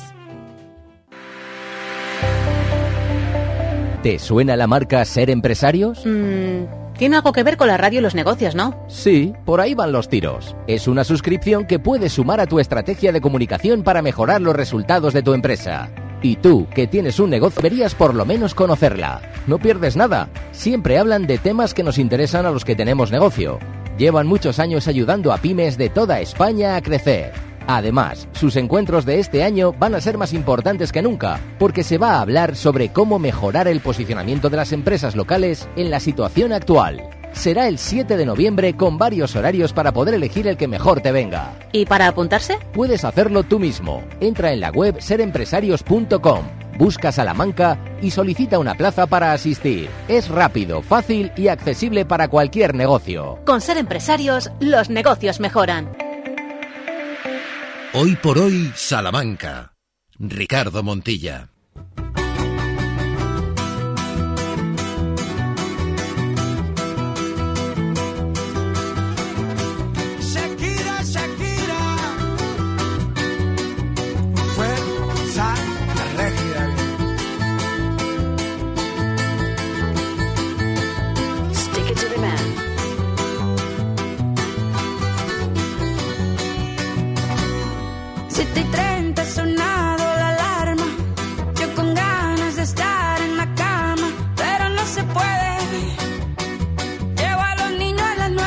¿Te suena la marca Ser Empresarios? Mm, tiene algo que ver con la radio y los negocios, ¿no? Sí, por ahí van los tiros. Es una suscripción que puedes sumar a tu estrategia de comunicación para mejorar los resultados de tu empresa. Y tú, que tienes un negocio, deberías por lo menos conocerla. No pierdes nada. Siempre hablan de temas que nos interesan a los que tenemos negocio. Llevan muchos años ayudando a pymes de toda España a crecer. Además, sus encuentros de este año van a ser más importantes que nunca, porque se va a hablar sobre cómo mejorar el posicionamiento de las empresas locales en la situación actual. Será el siete de noviembre con varios horarios para poder elegir el que mejor te venga. ¿Y para apuntarse? Puedes hacerlo tú mismo. Entra en la web ser empresarios punto com, busca Salamanca y solicita una plaza para asistir. Es rápido, fácil y accesible para cualquier negocio. Con Ser Empresarios, los negocios mejoran. Hoy por hoy, Salamanca. Ricardo Montilla. Shakira, Shakira. Fue la regia. Stick it to the man. siete y treinta ha sonado la alarma. Yo con ganas de estar en la cama, pero no se puede. Llevo a los niños a las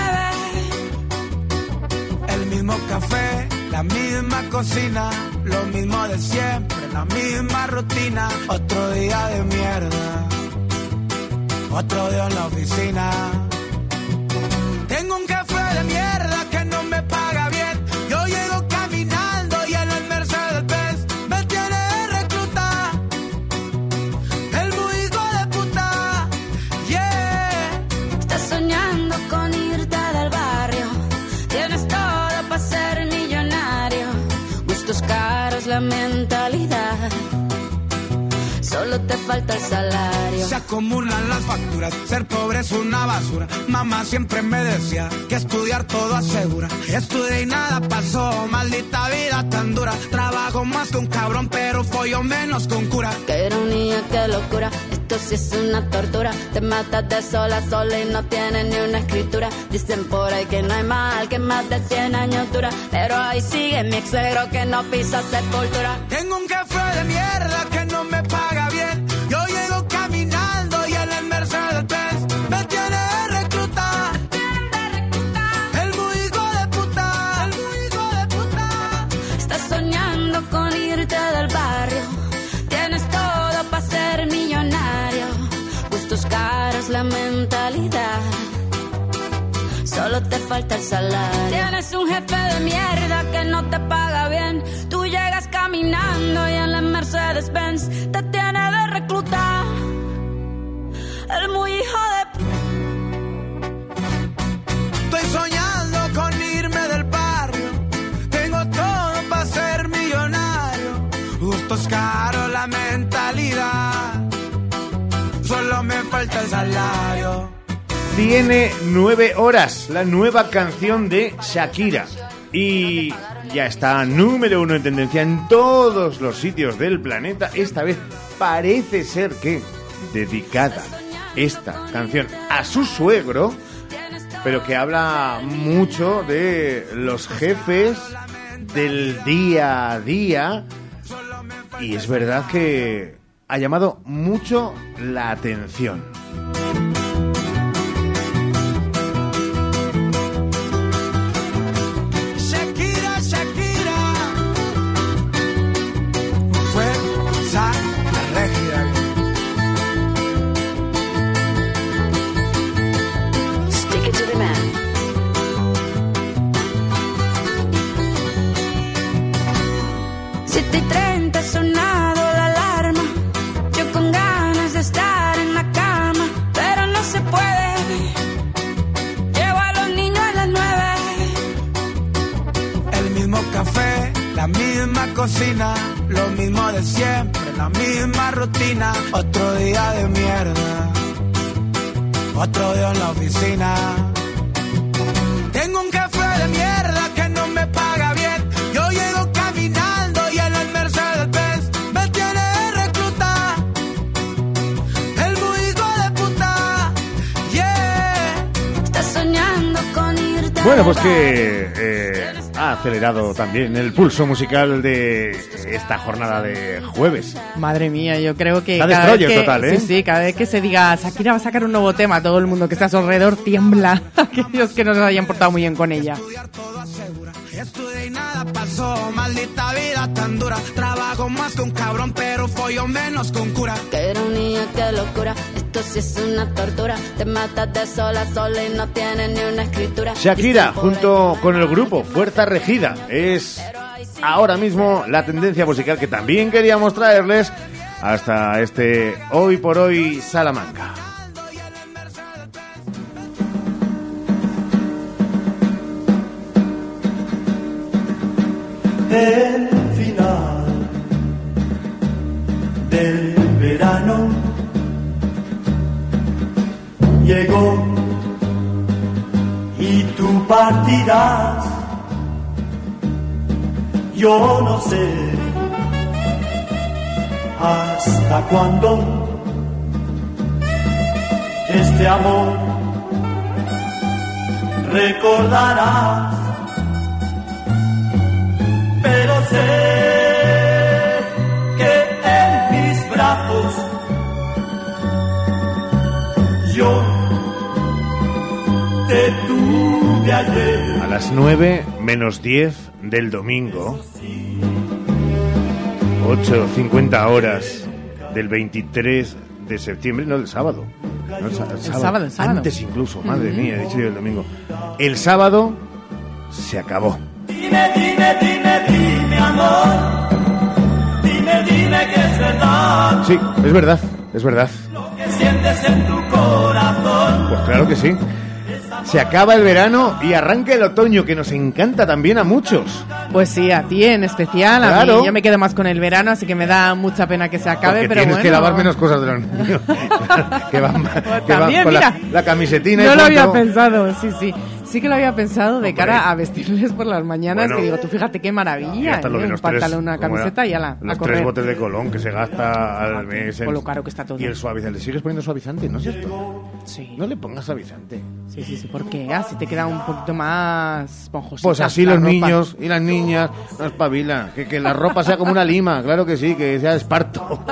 nueve. El mismo café, la misma cocina, lo mismo de siempre, la misma rutina. Otro día de mierda, otro día en la oficina. Tengo un café de mierda que no me paga bien. Yo llego caminando y en el Mercedes-Benz me tiene recluta. El muy hijo de puta, yeah. Estás soñando con irte del barrio. Tienes todo para ser millonario. Gustos caros, la mentalidad. Solo te falta el salario. Se acumulan las facturas, ser pobre es una basura. Mamá siempre me decía que estudiar todo asegura. Estudié y nada pasó, maldita vida tan dura. Trabajo más que un cabrón, pero follo menos que un cura. Qué ironía, qué locura, esto sí es una tortura. Te matas de sol a sol y no tienes ni una escritura. Dicen por ahí que no hay mal, que más de cien años dura. Pero ahí sigue mi ex suegro que no pisa sepultura. Tengo un jefe de mierda que no me paga bien. Yo llego caminando y él en Mercedes-Benz me tiene de reclutar. El muy hijo de puta, el muy hijo de puta. Estás soñando con irte del barrio. Tienes todo para ser millonario. Gustos caros, la mentalidad. Solo te falta el salario. Tienes un jefe de mierda que no te paga bien. Tú llegas caminando y en la Mercedes-Benz te tiene de reclutar. El muy hijo de... Estoy soñando con irme del barrio. Tengo todo para ser millonario. Gustos caros, la mentalidad. Solo me falta el salario. Tiene nueve horas, la nueva canción de Shakira. Y ya está número uno en tendencia en todos los sitios del planeta. Esta vez parece ser que dedicada esta canción a su suegro, pero que habla mucho de los jefes, del día a día. Y es verdad que ha llamado mucho la atención. La misma cocina, lo mismo de siempre, la misma rutina. Otro día de mierda, otro día en la oficina. Tengo un jefe de mierda que no me paga bien. Yo llego caminando y en el Mercedes-Benz me tiene de reclutar. El muy hijo de puta, yeah. Estás soñando con irte. Bueno, pues que... Eh... ha acelerado también el pulso musical de esta jornada de jueves. Madre mía, yo creo que... La cada vez que, total, ¿eh? Sí, sí, cada vez que se diga Shakira va a sacar un nuevo tema, todo el mundo que está a su alrededor tiembla. Aquellos que no se hayan portado muy bien con ella. Estudié y nada pasó, maldita vida tan dura. Trabajo más que un cabrón, pero follo menos que un cura. Qué ironía, qué locura, esto sí es una tortura. Te matas de sol a sol y no tienes ni una escritura. Shakira, junto con el grupo Fuerza Regida, es ahora mismo la tendencia musical que también queríamos traerles hasta este Hoy por Hoy Salamanca. El final del verano llegó y tú partirás. Yo no sé hasta cuándo este amor recordarás. Pero sé que en mis brazos yo te tuve ayer. A las nueve menos diez del domingo, ocho cincuenta horas del veintitrés de septiembre, no, del sábado. No, el, sábado, el sábado, el sábado. Antes incluso, madre mía, he dicho yo el domingo. El sábado se acabó. Dime, dime, dime, dime, amor. Dime, dime que es verdad. Sí, es verdad, es verdad. Lo que sientes en tu corazón. Pues claro que sí. Se acaba el verano y arranca el otoño, que nos encanta también a muchos. Pues sí, a ti en especial. A Claro. mí yo me quedo más con el verano, así que me da mucha pena que se acabe, Porque pero tienes bueno. que lavar menos cosas de los niños. que van, que van también, con la, mira. la camisetina y No lo punto. había pensado, sí, sí. Sí que lo había pensado de Hombre. cara a vestirles por las mañanas, Bueno. que digo, tú fíjate qué Y maravilla, hasta lo ¿eh? de Un los tres, pantalón, una ¿cómo era? camiseta y ala, a Los correr. tres botes de Colón que se gasta al mes. en- Con lo caro que está todo. Y el suavizante. ¿Sigues poniendo suavizante? ¿No es esto? Sí. No le pongas suavizante. Sí, sí, sí, porque así te queda un poquito más esponjosita. Pues así la los ropa. niños y las niñas no espabilan. Que, que la ropa sea como una lima, claro que sí, que sea esparto.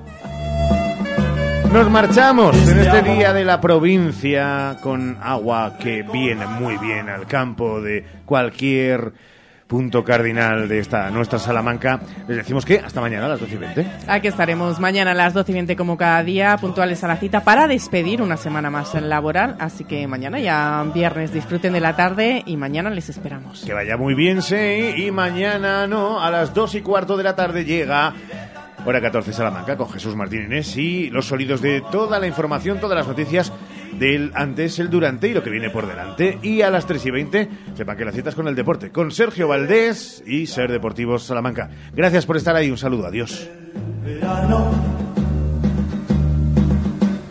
Nos marchamos en este día de la provincia con agua que viene muy bien al campo de cualquier punto cardinal de esta nuestra Salamanca. Les decimos que hasta mañana a las doce y veinte. Aquí estaremos mañana a las doce y veinte como cada día, puntuales a la cita para despedir una semana más laboral. Así que mañana ya viernes disfruten de la tarde y mañana les esperamos. Que vaya muy bien, sí. Y mañana, no, a las dos y cuarto de la tarde llega Hora catorce Salamanca con Jesús Martín Inés y los sonidos de toda la información, todas las noticias del antes, el durante y lo que viene por delante. Y a las tres y veinte, sepan que la cita es con el deporte, con Sergio Valdés y Ser Deportivos Salamanca. Gracias por estar ahí, un saludo, adiós. Verano.